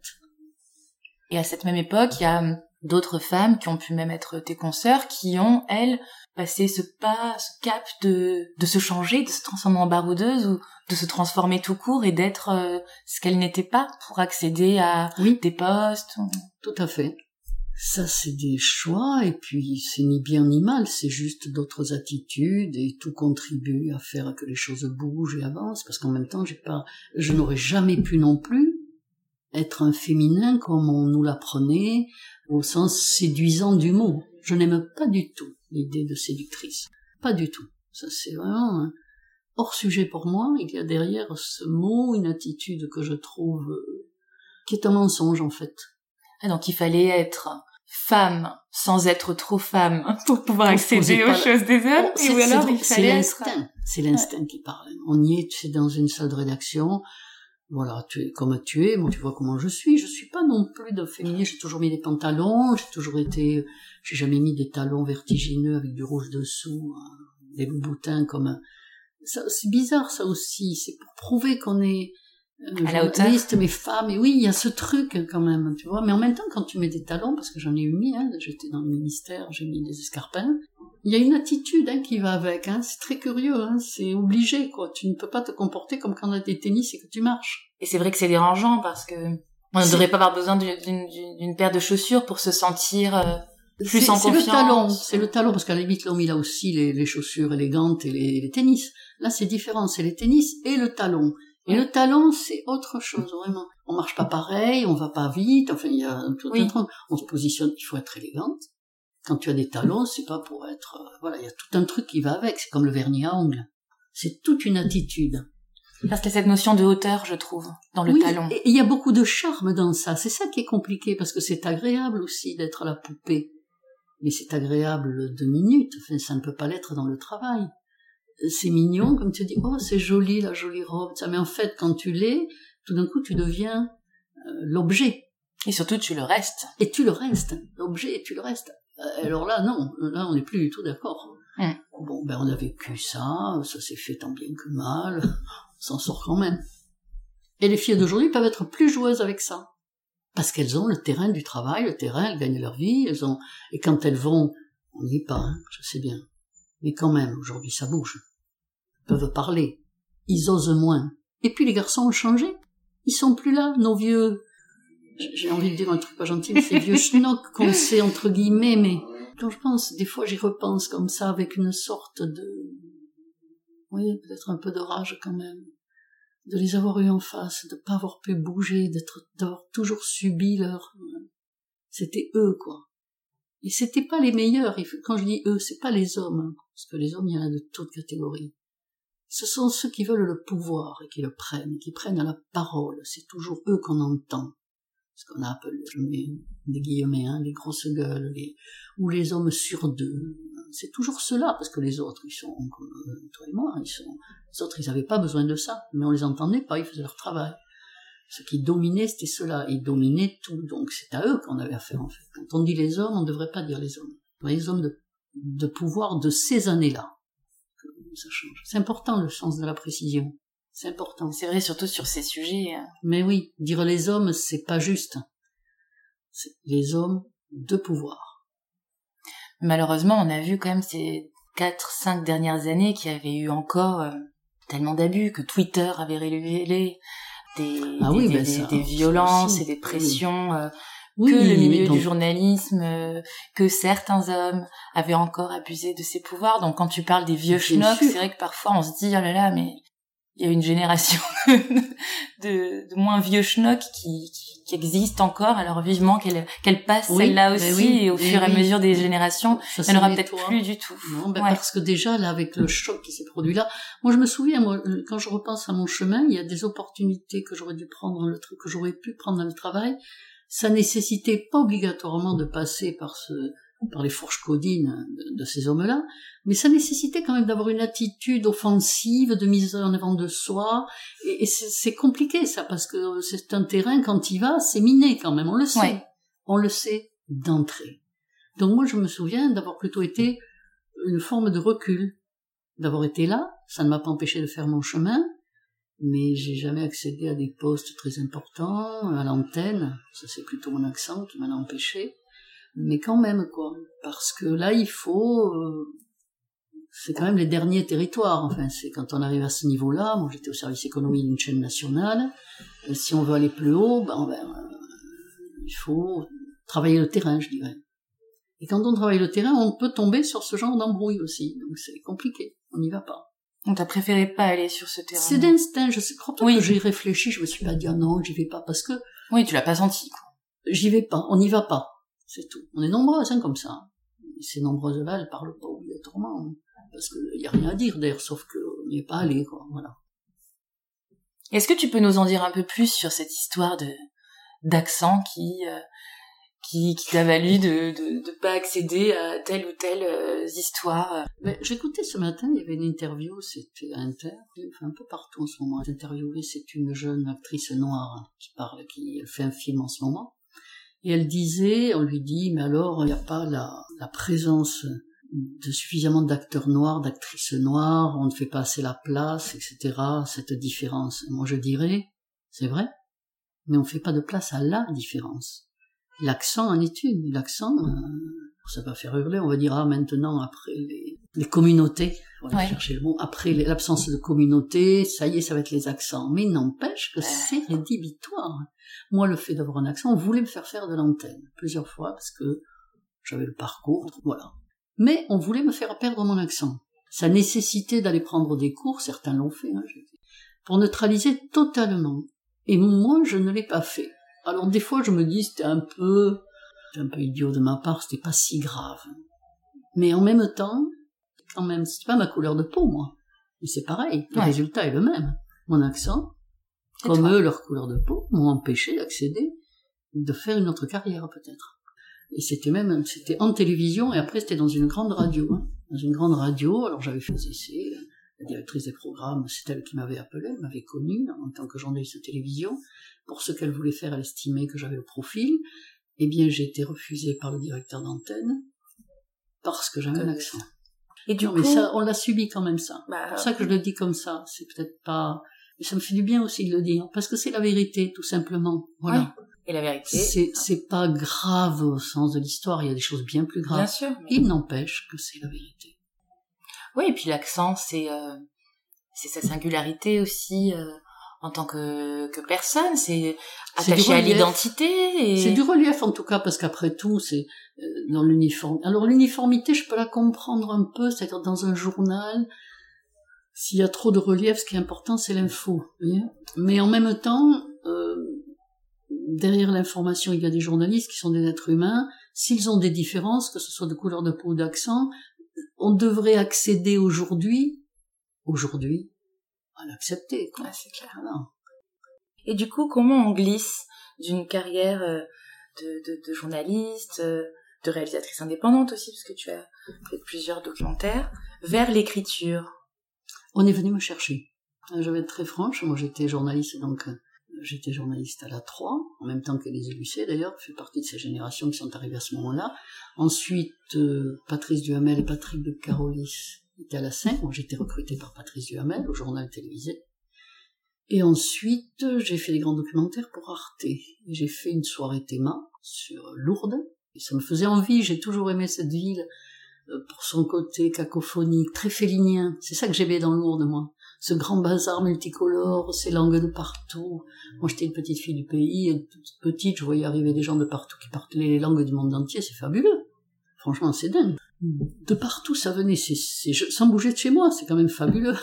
Et à cette même époque, il y a d'autres femmes qui ont pu même être tes consoeurs, qui ont, elles, passé ce pas, ce cap de, de se changer, de se transformer en baroudeuse ou de se transformer tout court et d'être euh, ce qu'elles n'étaient pas pour accéder à oui, des postes. Tout à fait. Ça, c'est des choix, et puis c'est ni bien ni mal, c'est juste d'autres attitudes, et tout contribue à faire que les choses bougent et avancent, parce qu'en même temps, j'ai pas, je n'aurais jamais pu non plus être un féminin comme on nous l'apprenait, au sens séduisant du mot. Je n'aime pas du tout l'idée de séductrice. Pas du tout. Ça, c'est vraiment un hors sujet pour moi. Il y a derrière ce mot une attitude que je trouve, euh, qui est un mensonge, en fait. Ah, donc il fallait être femme sans être trop femme pour pouvoir pour accéder aux la... choses des hommes. Oh, et ou alors il c'est fallait l'instinct. être... C'est l'instinct ouais. qui parle. On y est, tu es dans une salle de rédaction. Voilà, tu es comme tu es, moi tu vois comment je suis, je suis pas non plus de féminin, j'ai toujours mis des pantalons, j'ai toujours été, j'ai jamais mis des talons vertigineux avec du rouge dessous, des boutins comme, ça, c'est bizarre ça aussi, c'est pour prouver qu'on est, euh, à la hauteur, mais femme, et oui, il y a ce truc quand même, tu vois, mais en même temps quand tu mets des talons, parce que j'en ai eu mis, hein, j'étais dans le ministère, j'ai mis des escarpins, il y a une attitude hein, qui va avec, hein. C'est très curieux, hein. C'est obligé, quoi. Tu ne peux pas te comporter comme quand on a des tennis et que tu marches. Et c'est vrai que c'est dérangeant parce que on ne devrait pas avoir besoin d'une, d'une, d'une paire de chaussures pour se sentir euh, plus c'est, en c'est confiance. C'est le talon, c'est le talon, parce qu'à la limite, l'homme, il a aussi les, les chaussures élégantes et les, les tennis. Là, c'est différent, c'est les tennis et le talon. Et oui. Le talon, c'est autre chose, vraiment. On marche pas pareil, on va pas vite, enfin, il y a tout oui. un truc. On se positionne, il faut être élégante. Quand tu as des talons, c'est pas pour être... Euh, voilà, il y a tout un truc qui va avec. C'est comme le vernis à ongles. C'est toute une attitude. Parce qu'il y a cette notion de hauteur, je trouve, dans le oui, talon. Et il y a beaucoup de charme dans ça. C'est ça qui est compliqué, parce que c'est agréable aussi d'être la poupée. Mais c'est agréable deux minutes. Enfin, ça ne peut pas l'être dans le travail. C'est mignon, comme tu dis, oh, c'est joli, la jolie robe. Ça, mais en fait, quand tu l'es, tout d'un coup, tu deviens euh, l'objet. Et surtout, tu le restes. Et tu le restes. L'objet, et tu le restes. Alors là, non, là, on n'est plus du tout d'accord. Mmh. Bon, ben, on a vécu ça, ça s'est fait tant bien que mal, on s'en sort quand même. Et les filles d'aujourd'hui peuvent être plus joueuses avec ça. Parce qu'elles ont le terrain du travail, le terrain, elles gagnent leur vie, elles ont, et quand elles vont, on n'y est pas, hein, je sais bien. Mais quand même, aujourd'hui, ça bouge. Ils peuvent parler. Ils osent moins. Et puis les garçons ont changé. Ils sont plus là, nos vieux, j'ai envie de dire un truc pas gentil, mais ces vieux schnocks qu'on sait entre guillemets, mais quand je pense, des fois j'y repense comme ça, avec une sorte de, oui, peut-être un peu de rage quand même, de les avoir eu en face, de pas avoir pu bouger, d'être, d'avoir toujours subi leur, c'était eux, quoi. Et c'était pas les meilleurs, quand je dis eux, c'est pas les hommes, parce que les hommes, il y en a de toutes catégories. Ce sont ceux qui veulent le pouvoir et qui le prennent, qui prennent la parole, c'est toujours eux qu'on entend. Ce qu'on appelle, je mets des guillemets, hein, les grosses gueules, les, ou les hommes sur deux. C'est toujours ceux-là, parce que les autres, ils sont comme euh, toi et moi, ils sont, les autres, ils n'avaient pas besoin de ça, mais on les entendait pas, ils faisaient leur travail. Ceux qui dominaient, c'était ceux-là, ils dominaient tout, donc c'est à eux qu'on avait affaire, en fait. Quand on dit les hommes, on ne devrait pas dire les hommes. Les hommes de, de pouvoir de ces années-là, que ça change. C'est important, le sens de la précision. C'est important. C'est vrai, surtout sur ces sujets. Mais oui, dire les hommes, c'est pas juste. C'est les hommes de pouvoir. Malheureusement, on a vu quand même ces quatre, cinq dernières années qu'il y avait eu encore euh, tellement d'abus, que Twitter avait révélé des, ah des, oui, des, ben des, ça, des violences ça et des pressions, oui. euh, oui, que le milieu donc... du journalisme, euh, que certains hommes avaient encore abusé de ses pouvoirs. Donc quand tu parles des vieux schnocks, c'est vrai que parfois on se dit, oh là là, mais il y a une génération de, de moins vieux schnocks qui, qui, qui existent encore, alors vivement qu'elle, qu'elle passe oui, celle-là aussi, oui, et au fur et à oui. mesure des générations, ça, elle n'aura peut-être plus du tout. Non, ben ouais. Parce que déjà, là, avec le choc qui s'est produit là, moi je me souviens, moi, quand je repense à mon chemin, il y a des opportunités que j'aurais dû prendre dans le truc, que j'aurais pu prendre dans le travail. Ça nécessitait pas obligatoirement de passer par ce, par les fourches codines de, de ces hommes-là, mais ça nécessitait quand même d'avoir une attitude offensive, de mise en avant de soi, et, et c'est, c'est compliqué ça, parce que c'est un terrain, quand il va, c'est miné quand même, on le sait, ouais. on le sait d'entrée. Donc moi je me souviens d'avoir plutôt été une forme de recul, d'avoir été là, ça ne m'a pas empêché de faire mon chemin, mais j'ai jamais accédé à des postes très importants, à l'antenne, ça c'est plutôt mon accent qui m'en a empêché, mais quand même quoi, parce que là il faut, euh, c'est quand même les derniers territoires, enfin c'est quand on arrive à ce niveau-là, moi j'étais au service économique d'une chaîne nationale, et si on veut aller plus haut, ben, ben euh, il faut travailler le terrain je dirais. Et quand on travaille le terrain, on peut tomber sur ce genre d'embrouille aussi, donc c'est compliqué, on n'y va pas. Donc t'as préféré pas aller sur ce terrain. C'est d'instinct, je sais, crois pas oui. que j'ai réfléchi, je me suis pas dit ah non, j'y vais pas, parce que... Oui, tu l'as pas senti, quoi. J'y vais pas, on n'y va pas, c'est tout. On est nombreuses, hein, comme ça. Et ces nombreuses-là, elles parlent pas obligatoirement, hein, parce qu'il y a rien à dire, d'ailleurs, sauf qu'on n'y est pas allé, quoi, voilà. Est-ce que tu peux nous en dire un peu plus sur cette histoire de d'accent qui... Euh... qui, qui t'a valu de, de, de pas accéder à telle ou telle euh, histoire. Mais j'écoutais ce matin, il y avait une interview, c'était à Inter, enfin un peu partout en ce moment. Interviewée, c'est une jeune actrice noire qui parle, qui fait un film en ce moment. Et elle disait, on lui dit, mais alors, il n'y a pas la, la présence de suffisamment d'acteurs noirs, d'actrices noires, on ne fait pas assez la place, et cetera, cette différence. Moi je dirais, c'est vrai, mais on ne fait pas de place à la différence. L'accent en est une. L'accent, euh, ça va faire hurler, on va dire, ah, maintenant, après les, les communautés, on va ouais. chercher le mot, après les, l'absence de communauté, ça y est, ça va être les accents. Mais n'empêche que c'est rédhibitoire. Moi, le fait d'avoir un accent, on voulait me faire faire de l'antenne, plusieurs fois, parce que j'avais le parcours, voilà. Mais on voulait me faire perdre mon accent. Ça nécessitait d'aller prendre des cours, certains l'ont fait, hein, pour neutraliser totalement. Et moi, je ne l'ai pas fait. Alors des fois je me dis c'était un peu c'était un peu idiot de ma part, c'était pas si grave. Mais en même temps, quand même, c'est pas ma couleur de peau moi. Et c'est pareil, le ouais. résultat est le même. Mon accent, et comme toi. Eux leur couleur de peau, m'ont empêché d'accéder, de faire une autre carrière peut-être. Et c'était même c'était en télévision et après c'était dans une grande radio, hein. Dans une grande radio, alors j'avais fait des essais, la directrice des programmes, c'est elle qui m'avait appelé, elle m'avait connue en tant que journaliste de télévision. Pour ce qu'elle voulait faire, elle estimait que j'avais le profil. Eh bien, j'ai été refusée par le directeur d'antenne parce que j'avais un accent. Et du non, coup, mais ça, on l'a subi quand même ça. Bah, c'est pour ça que je le dis comme ça. C'est peut-être pas, mais ça me fait du bien aussi de le dire parce que c'est la vérité, tout simplement. Voilà. Oui. Et la vérité, c'est c'est pas grave au sens de l'histoire. Il y a des choses bien plus graves. Bien sûr. Mais... Il n'empêche que c'est la vérité. Oui, et puis l'accent, c'est euh, c'est sa singularité aussi. Euh... En tant que, que personne, c'est attaché à l'identité. Et... C'est du relief en tout cas, parce qu'après tout, c'est euh, dans l'uniforme. Alors l'uniformité, je peux la comprendre un peu, c'est-à-dire dans un journal, s'il y a trop de relief, ce qui est important, c'est l'info. Vous voyez ? Mais en même temps, euh, derrière l'information, il y a des journalistes qui sont des êtres humains. S'ils ont des différences, que ce soit de couleur de peau ou d'accent, on devrait accéder aujourd'hui, aujourd'hui, à l'accepter, quoi. Ah, c'est clair. Voilà. Et du coup, comment on glisse d'une carrière de, de, de journaliste, de réalisatrice indépendante aussi, parce que tu as fait plusieurs documentaires, vers l'écriture ? On est venu me chercher. Je vais être très franche, moi j'étais journaliste, donc j'étais journaliste à la trois, en même temps que les L U C d'ailleurs, je fais partie de ces générations qui sont arrivées à ce moment-là. Ensuite, euh, Patrice Duhamel et Patrick de Carolis était à la cinq, moi j'étais recrutée par Patrice Duhamel au journal télévisé. Et ensuite, j'ai fait des grands documentaires pour Arte. Et j'ai fait une soirée théma sur Lourdes. Et ça me faisait envie, j'ai toujours aimé cette ville pour son côté cacophonique, très félinien. C'est ça que j'aimais dans Lourdes, moi. Ce grand bazar multicolore, ces langues de partout. Moi, j'étais une petite fille du pays, et toute petite, je voyais arriver des gens de partout qui parlaient les langues du monde entier, c'est fabuleux. Franchement, c'est dingue. De partout, ça venait, c'est, c'est, sans bouger de chez moi, c'est quand même fabuleux.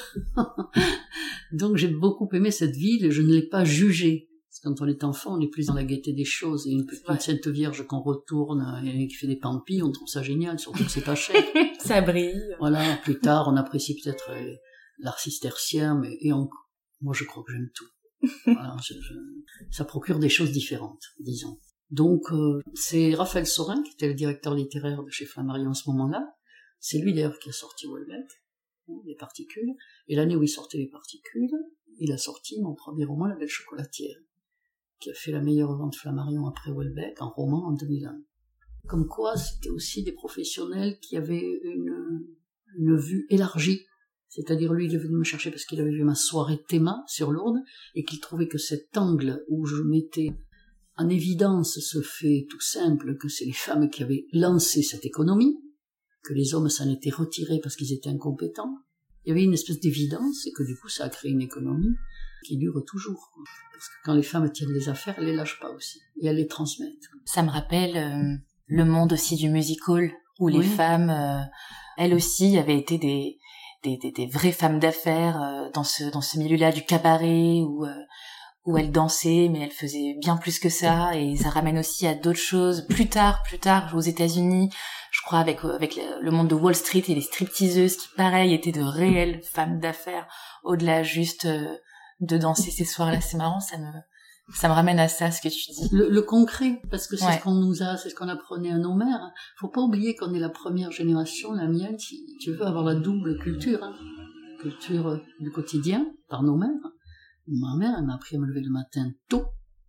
Donc, j'ai beaucoup aimé cette ville, et je ne l'ai pas jugée. Parce que quand on est enfant, on est plus dans la gaieté des choses, et une petite ouais. Sainte Vierge qu'on retourne, et qui fait des pampis, on trouve ça génial, surtout que c'est pas cher. Ça brille. Voilà, plus tard, on apprécie peut-être l'art cistercien, mais, et on, moi, je crois que j'aime tout. Voilà, je, je, ça procure des choses différentes, disons. Donc, euh, c'est Raphaël Sorin, qui était le directeur littéraire de chez Flammarion à ce moment-là. C'est lui, d'ailleurs, qui a sorti Houellebecq, hein, les particules. Et l'année où il sortait les particules, il a sorti mon premier roman, La Belle Chocolatière, qui a fait la meilleure vente Flammarion après Houellebecq, en roman, en deux mille un. Comme quoi, c'était aussi des professionnels qui avaient une, une vue élargie. C'est-à-dire, lui, il est venu me chercher parce qu'il avait vu ma soirée Théma sur Lourdes, et qu'il trouvait que cet angle où je mettais en évidence ce fait tout simple que c'est les femmes qui avaient lancé cette économie, que les hommes s'en étaient retirés parce qu'ils étaient incompétents. Il y avait une espèce d'évidence et que du coup ça a créé une économie qui dure toujours. Parce que quand les femmes tiennent les affaires, elles les lâchent pas aussi et elles les transmettent. Ça me rappelle euh, le monde aussi du music-hall où les oui. femmes, euh, elles aussi, avaient été des des, des, des vraies femmes d'affaires euh, dans ce dans ce milieu-là du cabaret où euh, où elle dansait, mais elle faisait bien plus que ça, et ça ramène aussi à d'autres choses. Plus tard, plus tard, aux États-Unis, je crois avec avec le monde de Wall Street et les stripteaseuses qui, pareil, étaient de réelles femmes d'affaires, au-delà juste de danser ces soirs-là. C'est marrant, ça me ça me ramène à ça, ce que tu dis. Le, le concret, parce que c'est ouais. ce qu'on nous a, c'est ce qu'on apprenait à nos mères. Faut pas oublier qu'on est la première génération, la mienne, qui, tu veux avoir la double culture, hein. Culture du quotidien, par nos mères. Ma mère, elle m'a appris à me lever le matin tôt,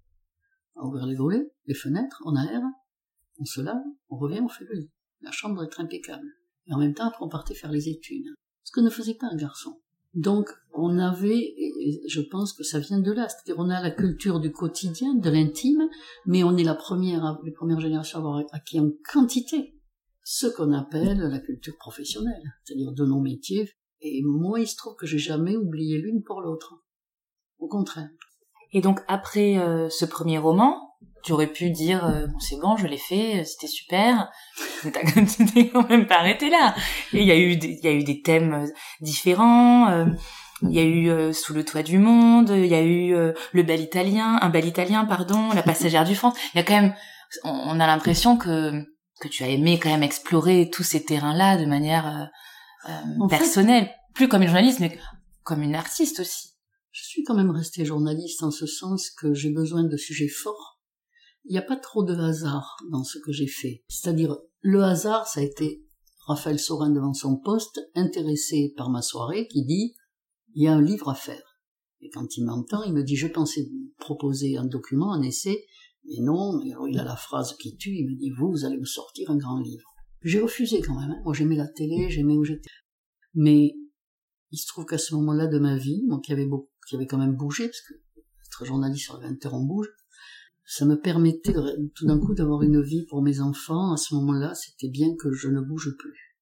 à ouvrir les volets, les fenêtres, on aère, on se lave, on revient, on fait le lit. La chambre doit être impeccable. Et en même temps, après, on partait faire les études. Ce que ne faisait pas un garçon. Donc, on avait, et je pense que ça vient de là, c'est-à-dire on a la culture du quotidien, de l'intime, mais on est la première, les premières générations à avoir acquis en quantité ce qu'on appelle la culture professionnelle, c'est-à-dire de nos métiers. Et moi, il se trouve que j'ai jamais oublié l'une pour l'autre. Au contraire. Et donc après euh, ce premier roman, tu aurais pu dire euh, bon c'est bon, je l'ai fait, c'était super. Tu t'es quand même pas arrêté là. Et il y a eu il y a eu des thèmes différents. Euh, il y a eu euh, Sous le toit du monde. Il y a eu euh, le bal italien, un bal italien pardon, La passagère du France. Il y a quand même, on, on a l'impression que que tu as aimé quand même explorer tous ces terrains-là de manière euh, euh, personnelle, fait... plus comme une journaliste, mais comme une artiste aussi. Je suis quand même restée journaliste en ce sens que j'ai besoin de sujets forts. Il n'y a pas trop de hasard dans ce que j'ai fait. C'est-à-dire, le hasard, ça a été Raphaël Sorin devant son poste, intéressé par ma soirée, qui dit « il y a un livre à faire ». Et quand il m'entend, il me dit « je pensais proposer un document, un essai, mais non ». Et alors il a la phrase qui tue, il me dit « vous, vous allez me sortir un grand livre ». J'ai refusé quand même. Hein. Moi, j'aimais la télé, j'aimais où j'étais. Mais il se trouve qu'à ce moment-là de ma vie, moi qui avait beaucoup, qui avait quand même bougé, parce que être journaliste sur vingt heures on bouge, ça me permettait de, tout d'un coup d'avoir une vie pour mes enfants. À ce moment-là, c'était bien que je ne bouge plus.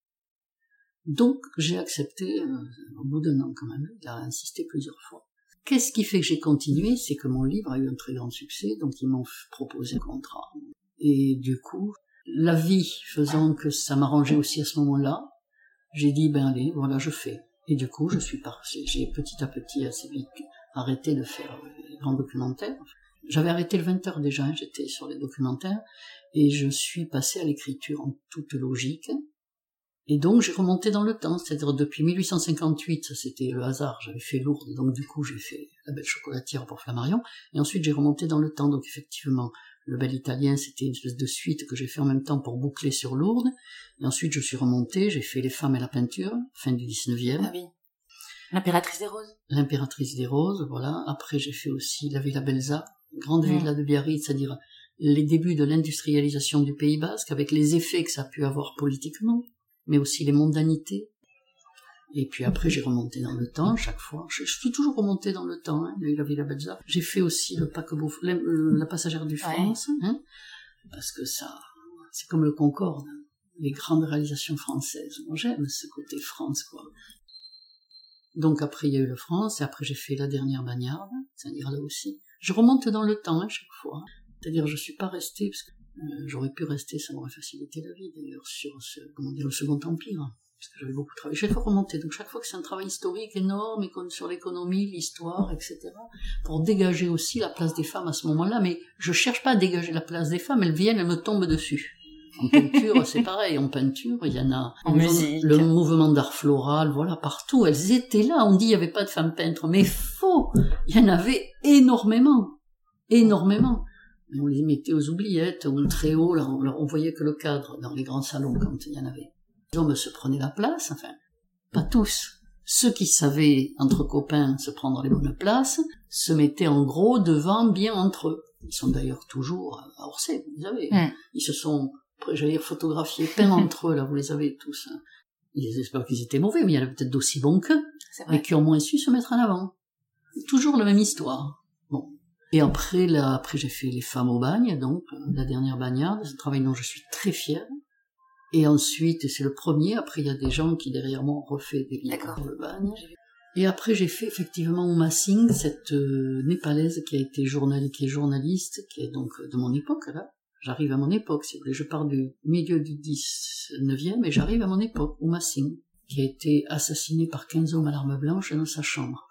Donc j'ai accepté, euh, au bout d'un an quand même, il a insisté plusieurs fois. Qu'est-ce qui fait que j'ai continué? C'est que mon livre a eu un très grand succès, donc ils m'ont proposé un contrat. Et du coup, la vie faisant que ça m'arrangeait aussi à ce moment-là, j'ai dit, ben allez, voilà, je fais. Et du coup, je suis parti, j'ai petit à petit assez vite arrêté de faire les grands documentaires. J'avais arrêté le vingt heures déjà, hein, j'étais sur les documentaires, et je suis passé à l'écriture en toute logique. Et donc, j'ai remonté dans le temps, c'est-à-dire depuis mille huit cent cinquante-huit, ça c'était le hasard, j'avais fait Lourdes, donc du coup, j'ai fait La Belle Chocolatière pour Flammarion, et ensuite j'ai remonté dans le temps, donc effectivement, Le Bal italien, c'était une espèce de suite que j'ai fait en même temps pour boucler sur Lourdes. Et ensuite, je suis remontée, j'ai fait Les femmes et la peinture, fin du dix-neuvième. Ah oui. L'impératrice des roses. L'impératrice des roses, voilà. Après, j'ai fait aussi La Villa Belza, grande mmh. villa de Biarritz, c'est-à-dire les débuts de l'industrialisation du Pays Basque, avec les effets que ça a pu avoir politiquement, mais aussi les mondanités. Et puis après, j'ai remonté dans le temps, chaque fois. Je, je suis toujours remontée dans le temps, hein, La Villa Belza. J'ai fait aussi le paquebot, la, la passagère du France, ouais. hein, parce que ça, c'est comme le Concorde. les grandes réalisations françaises. Moi, j'aime ce côté France, quoi. Donc après, il y a eu le France, et après j'ai fait La Dernière Bagnarde, c'est-à-dire là aussi. Je remonte dans le temps, hein, chaque fois. C'est-à-dire, je suis pas restée, parce que euh, j'aurais pu rester, ça m'aurait facilité la vie, d'ailleurs, sur ce, comment dire, le Second Empire, hein, parce que j'avais beaucoup travaillé. J'ai fait remonter, donc chaque fois que c'est un travail historique énorme, et sur l'économie, l'histoire, et cetera, pour dégager aussi la place des femmes à ce moment-là, mais je cherche pas à dégager la place des femmes, elles viennent, elles me tombent dessus. En peinture, c'est pareil. En peinture, il y en a. En le musique. Le mouvement d'art floral, voilà, partout. Elles étaient là. On dit il n'y avait pas de femmes peintres. Mais faux! Il y en avait énormément. Énormément. Mais on les mettait aux oubliettes, ou très haut, là, on, on voyait que le cadre dans les grands salons quand il y en avait. Les hommes se prenaient la place, enfin, pas tous. Ceux qui savaient, entre copains, se prendre les bonnes places, se mettaient en gros devant, bien entre eux. Ils sont d'ailleurs toujours à Orsay, vous les avez. Mm. Ils se sont, j'allais dire, photographiés, peints entre eux, là, vous les avez tous. Hein. Ils espèrent qu'ils étaient mauvais, mais il y en a peut-être d'aussi bons qu'eux, mais qui ont moins su se mettre en avant. Toujours la même histoire. Bon. Et après, là, après j'ai fait Les Femmes au bagne, donc, La Dernière Bagnarde, c'est un travail dont je suis très fière. Et ensuite, c'est le premier, après il y a des gens qui derrière moi ont refait des livres pour le bagne. Et après j'ai fait effectivement Uma Singh, cette euh, népalaise qui a été journal, qui est journaliste, qui est donc de mon époque là. J'arrive à mon époque, si vous voulez, je pars du milieu du dix-neuvième et j'arrive à mon époque, Uma Singh, qui a été assassinée par quinze hommes à l'arme blanche dans sa chambre.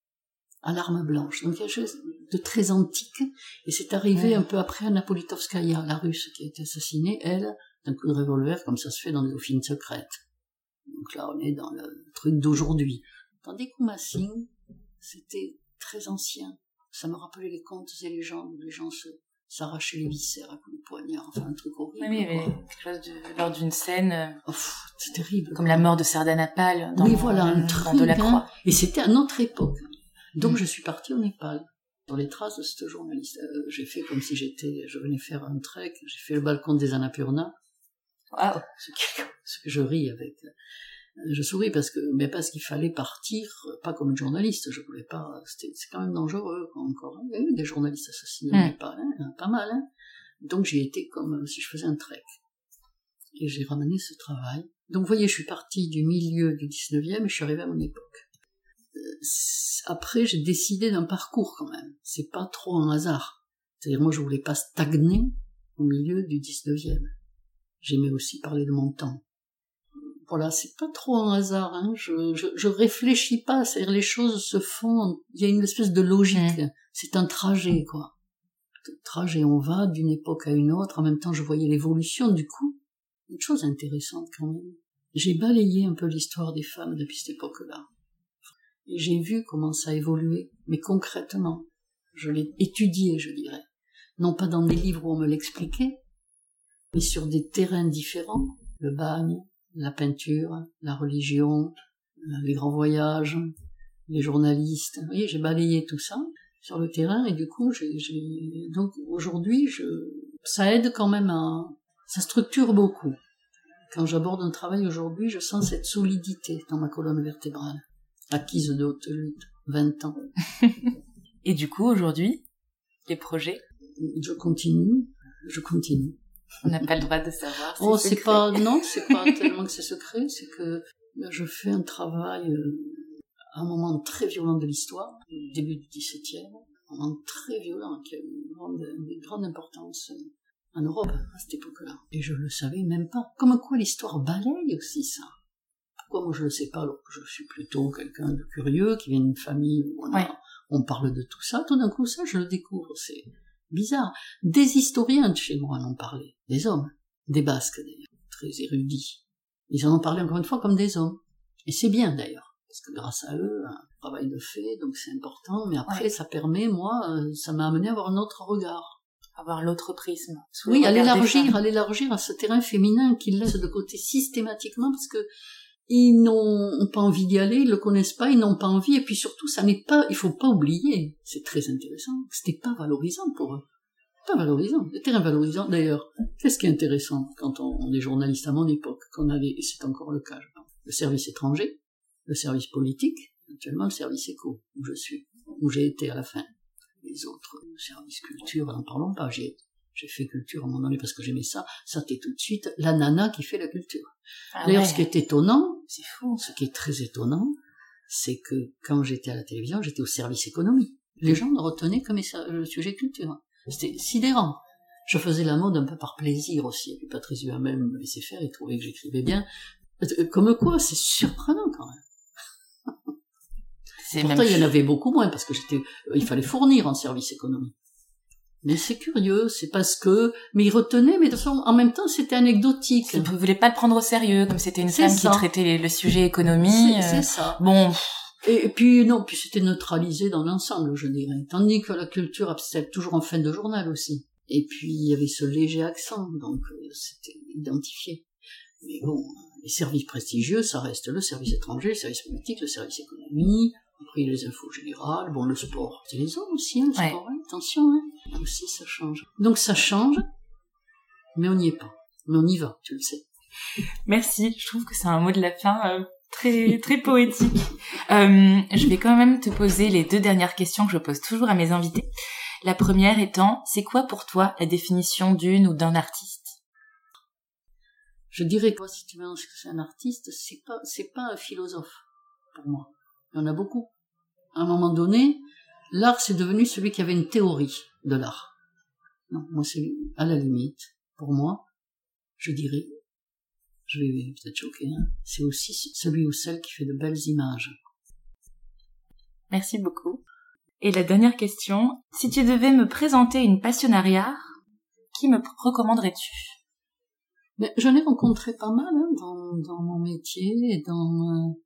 À l'arme blanche. Donc il y a quelque chose de très antique, et c'est arrivé ouais. un peu après Anna Politkovskaya, la russe qui a été assassinée, elle, d'un coup de revolver, comme ça se fait dans des officines secrètes. Donc là, on est dans le truc d'aujourd'hui. Tandis qu'Uma Singh, c'était très ancien. Ça me rappelait les contes et légendes où les gens se, s'arrachaient les viscères à coups de poignard, enfin un truc horrible. Oui, il y avait quelque chose de, lors d'une scène. Oh, pff, c'est terrible. Comme la mort de Sardanapale dans, oui, voilà, un truc, dans Delacroix. Hein, et c'était à notre époque. Donc mmh. je suis partie au Népal. Sur les traces de ce journaliste, euh, j'ai fait comme si j'étais, je venais faire un trek, j'ai fait le balcon des Annapurna. Wow. Ce, qui, ce que je ris avec, je souris parce que, mais parce qu'il fallait partir, pas comme journaliste, je voulais pas, c'était, c'est quand même dangereux, encore, il y a eu des journalistes assassinés, mmh. mais pas, hein, pas mal, hein. Donc j'ai été comme si je faisais un trek. Et j'ai ramené ce travail. Donc vous voyez, je suis partie du milieu du dix-neuvième et je suis arrivée à mon époque. Après, j'ai décidé d'un parcours quand même. C'est pas trop un hasard. C'est-à-dire, moi, je voulais pas stagner au milieu du dix-neuvième. J'aimais aussi parler de mon temps. Voilà, c'est pas trop un hasard, hein. Je, je, je réfléchis pas. C'est-à-dire, les choses se font, il y a une espèce de logique. Mmh. C'est un trajet, quoi. Un trajet, on va d'une époque à une autre. En même temps, je voyais l'évolution, du coup. Une chose intéressante, quand même. J'ai balayé un peu l'histoire des femmes depuis cette époque-là. Et j'ai vu comment ça a évolué, mais concrètement. Je l'ai étudié, je dirais. Non pas dans des livres où on me l'expliquait, mais sur des terrains différents. Le bagne, la peinture, la religion, les grands voyages, les journalistes. Vous voyez, j'ai balayé tout ça sur le terrain, et du coup, j'ai, j'ai... donc aujourd'hui, je... ça aide quand même à... ça structure beaucoup. Quand j'aborde un travail aujourd'hui, je sens cette solidité dans ma colonne vertébrale. Acquise de haute lutte, vingt ans. Et du coup, aujourd'hui, les projets? Je continue, je continue. On n'a pas le droit de savoir. C'est oh, secret. c'est pas, non, c'est pas tellement que c'est secret, c'est que là, je fais un travail euh, à un moment très violent de l'histoire, début du dix-septième, un moment très violent, qui a une grande, une grande importance en Europe à cette époque-là. Et je le savais même pas. Comme quoi l'histoire balaye aussi ça. Pourquoi moi je le sais pas alors que je suis plutôt quelqu'un de curieux, qui vient d'une famille où on, a, ouais. on parle de tout ça, tout d'un coup ça je le découvre, c'est bizarre. Des historiens de chez moi en ont parlé, des hommes, des Basques d'ailleurs, très érudits. Ils en ont parlé encore une fois comme des hommes. Et c'est bien d'ailleurs, parce que grâce à eux, un travail de fait, donc c'est important, mais après ouais. ça permet, moi, ça m'a amené à avoir un autre regard. Avoir l'autre prisme. Oui, à l'élargir, à l'élargir à ce terrain féminin qu'ils laissent de côté systématiquement parce que ils n'ont pas envie d'y aller, ils le connaissent pas, ils n'ont pas envie, et puis surtout, ça n'est pas, il faut pas oublier, c'est très intéressant, c'était pas valorisant pour eux. Pas valorisant, le terrain valorisant, d'ailleurs. Qu'est-ce qui est intéressant quand on, on est journaliste à mon époque, qu'on avait, et c'est encore le cas, je pense, le service étranger, le service politique, actuellement le service éco, où je suis, où j'ai été à la fin. Les autres services culture, n'en parlons pas, j'ai, J'ai fait culture à un moment donné parce que j'aimais ça. Ça t'est tout de suite la nana qui fait la culture. Ah D'ailleurs, ouais. ce qui est étonnant, C'est fou. ce qui est très étonnant, c'est que quand j'étais à la télévision, j'étais au service économie. Les gens ne retenaient que mes, le sujet culture. C'était sidérant. Je faisais la mode un peu par plaisir aussi. Et puis Patrice Duhamel me laissait faire, il trouvait que j'écrivais bien. Comme quoi, c'est surprenant quand même. C'est Pourtant, même... il y en avait beaucoup moins parce que j'étais, il fallait fournir en service économie. Mais c'est curieux, c'est parce que, mais il retenait, mais de toute façon, en même temps, c'était anecdotique. Ils ne voulaient pas le prendre au sérieux, comme c'était une C'est femme ça. qui traitait le sujet économie. C'est, euh... c'est ça. Bon. Et, et puis, non, puis c'était neutralisé dans l'ensemble, je dirais. Tandis que la culture, c'était toujours en fin de journal aussi. Et puis, il y avait ce léger accent, donc euh, c'était identifié. Mais bon, les services prestigieux, ça reste le service étranger, le service politique, le service économie, après les infos générales, bon, le sport. C'est les hommes aussi, hein, le Ouais. sport, hein, attention, hein. Là aussi, ça change. Donc ça change, mais on n'y est pas. Mais on y va, tu le sais. Merci. Je trouve que c'est un mot de la fin euh, très très poétique. Euh, je vais quand même te poser les deux dernières questions que je pose toujours à mes invités. La première étant, c'est quoi pour toi la définition d'une ou d'un artiste? Je dirais que si tu veux ce que c'est un artiste, c'est pas, c'est pas un philosophe, pour moi. Il y en a beaucoup. À un moment donné, l'art, c'est devenu celui qui avait une théorie de l'art. Non, moi, c'est, à la limite, pour moi, je dirais, je vais peut-être choquer, hein, c'est aussi celui ou celle qui fait de belles images. Merci beaucoup. Et la dernière question, si tu devais me présenter une passionnariat, qui me recommanderais-tu? Mais j'en ai rencontré pas mal hein, dans, dans mon métier et dans... Euh...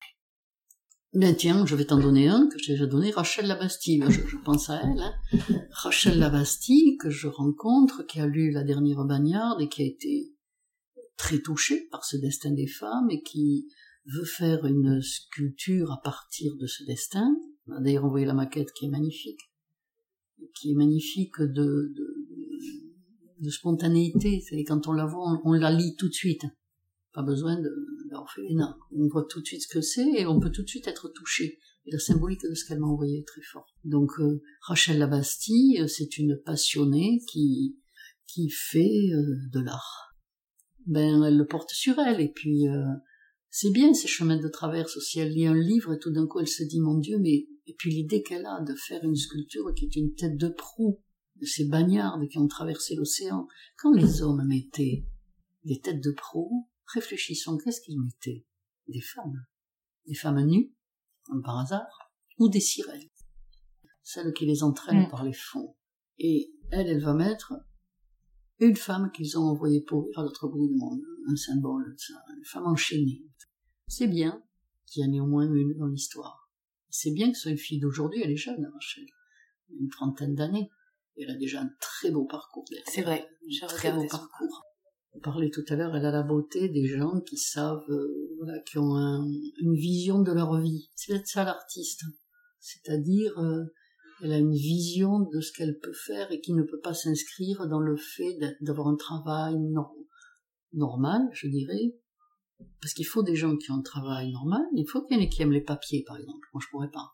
Ben tiens, je vais t'en donner un que j'ai déjà donné, Rachel Labastille, je, je pense à elle. Hein. Rachel Labastille, que je rencontre, qui a lu La dernière bagnarde et qui a été très touchée par ce destin des femmes et qui veut faire une sculpture à partir de ce destin. On a d'ailleurs envoyé la maquette qui est magnifique, qui est magnifique de... de de spontanéité, c'est quand on la voit, on, on la lit tout de suite. Pas besoin de, d'orphelinat. On voit tout de suite ce que c'est et on peut tout de suite être touché. Et la symbolique de ce qu'elle m'a envoyé est très fort. Donc, euh, Rachel Labastille, c'est une passionnée qui, qui fait euh, de l'art. Ben, elle le porte sur elle et puis, euh, c'est bien ces chemins de traverse aussi. Elle lit un livre et tout d'un coup elle se dit, mon Dieu, mais, et puis l'idée qu'elle a de faire une sculpture qui est une tête de proue, de ces bagnardes qui ont traversé l'océan. Quand les hommes mettaient des têtes de proue, réfléchissons, qu'est-ce qu'ils mettaient? Des femmes. Des femmes nues, comme par hasard, ou des sirènes. Celles qui les entraînent mmh. par les fonds. Et elle, elle va mettre une femme qu'ils ont envoyée pourrir à l'autre bout du monde. Un symbole de ça. Une femme enchaînée. C'est bien qu'il y en ait au moins une dans l'histoire. C'est bien que ce soit une fille d'aujourd'hui, elle est jeune, Rachel. Une trentaine d'années. Elle a déjà un très beau parcours. C'est vrai, j'ai regardé son parcours. On parlait tout à l'heure, elle a la beauté des gens qui savent, euh, voilà, qui ont un, une vision de leur vie. C'est peut-être ça l'artiste. C'est-à-dire, euh, elle a une vision de ce qu'elle peut faire et qui ne peut pas s'inscrire dans le fait d'avoir un travail no- normal, je dirais. Parce qu'il faut des gens qui ont un travail normal, il faut qu'il y en ait qui aiment les papiers, par exemple. Moi, je pourrais pas.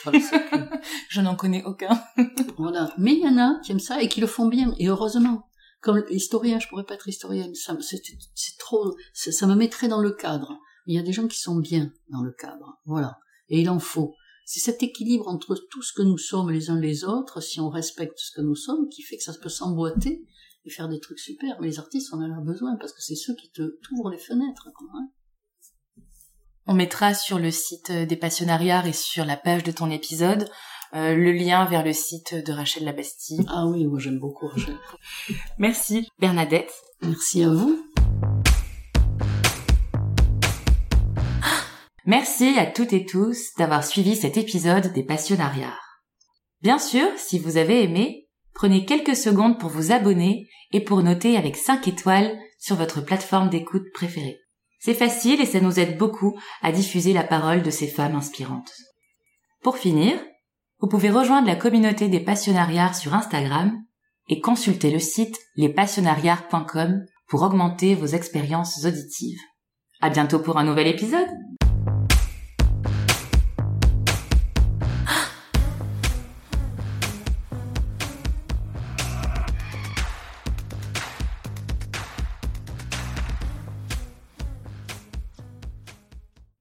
Je n'en connais aucun. Voilà. Mais il y en a qui aiment ça et qui le font bien, et heureusement. Comme historien, je pourrais pas être historienne, ça, c'est, c'est trop, c'est, ça me mettrait dans le cadre. Il y a des gens qui sont bien dans le cadre. Voilà. Et il en faut. C'est cet équilibre entre tout ce que nous sommes les uns les autres, si on respecte ce que nous sommes, qui fait que ça peut s'emboîter et faire des trucs super. Mais les artistes, on en a besoin parce que c'est ceux qui te t'ouvrent les fenêtres, quoi, hein. On mettra sur le site des Passionnariats et sur la page de ton épisode euh, le lien vers le site de Rachel Labastille. Ah oui, moi j'aime beaucoup Rachel. Merci Bernadette. Merci à vous. Merci à toutes et tous d'avoir suivi cet épisode des Passionnariats. Bien sûr, si vous avez aimé, prenez quelques secondes pour vous abonner et pour noter avec cinq étoiles sur votre plateforme d'écoute préférée. C'est facile et ça nous aide beaucoup à diffuser la parole de ces femmes inspirantes. Pour finir, vous pouvez rejoindre la communauté des Passionnariats sur Instagram et consulter le site les passionnariats point com pour augmenter vos expériences auditives. À bientôt pour un nouvel épisode!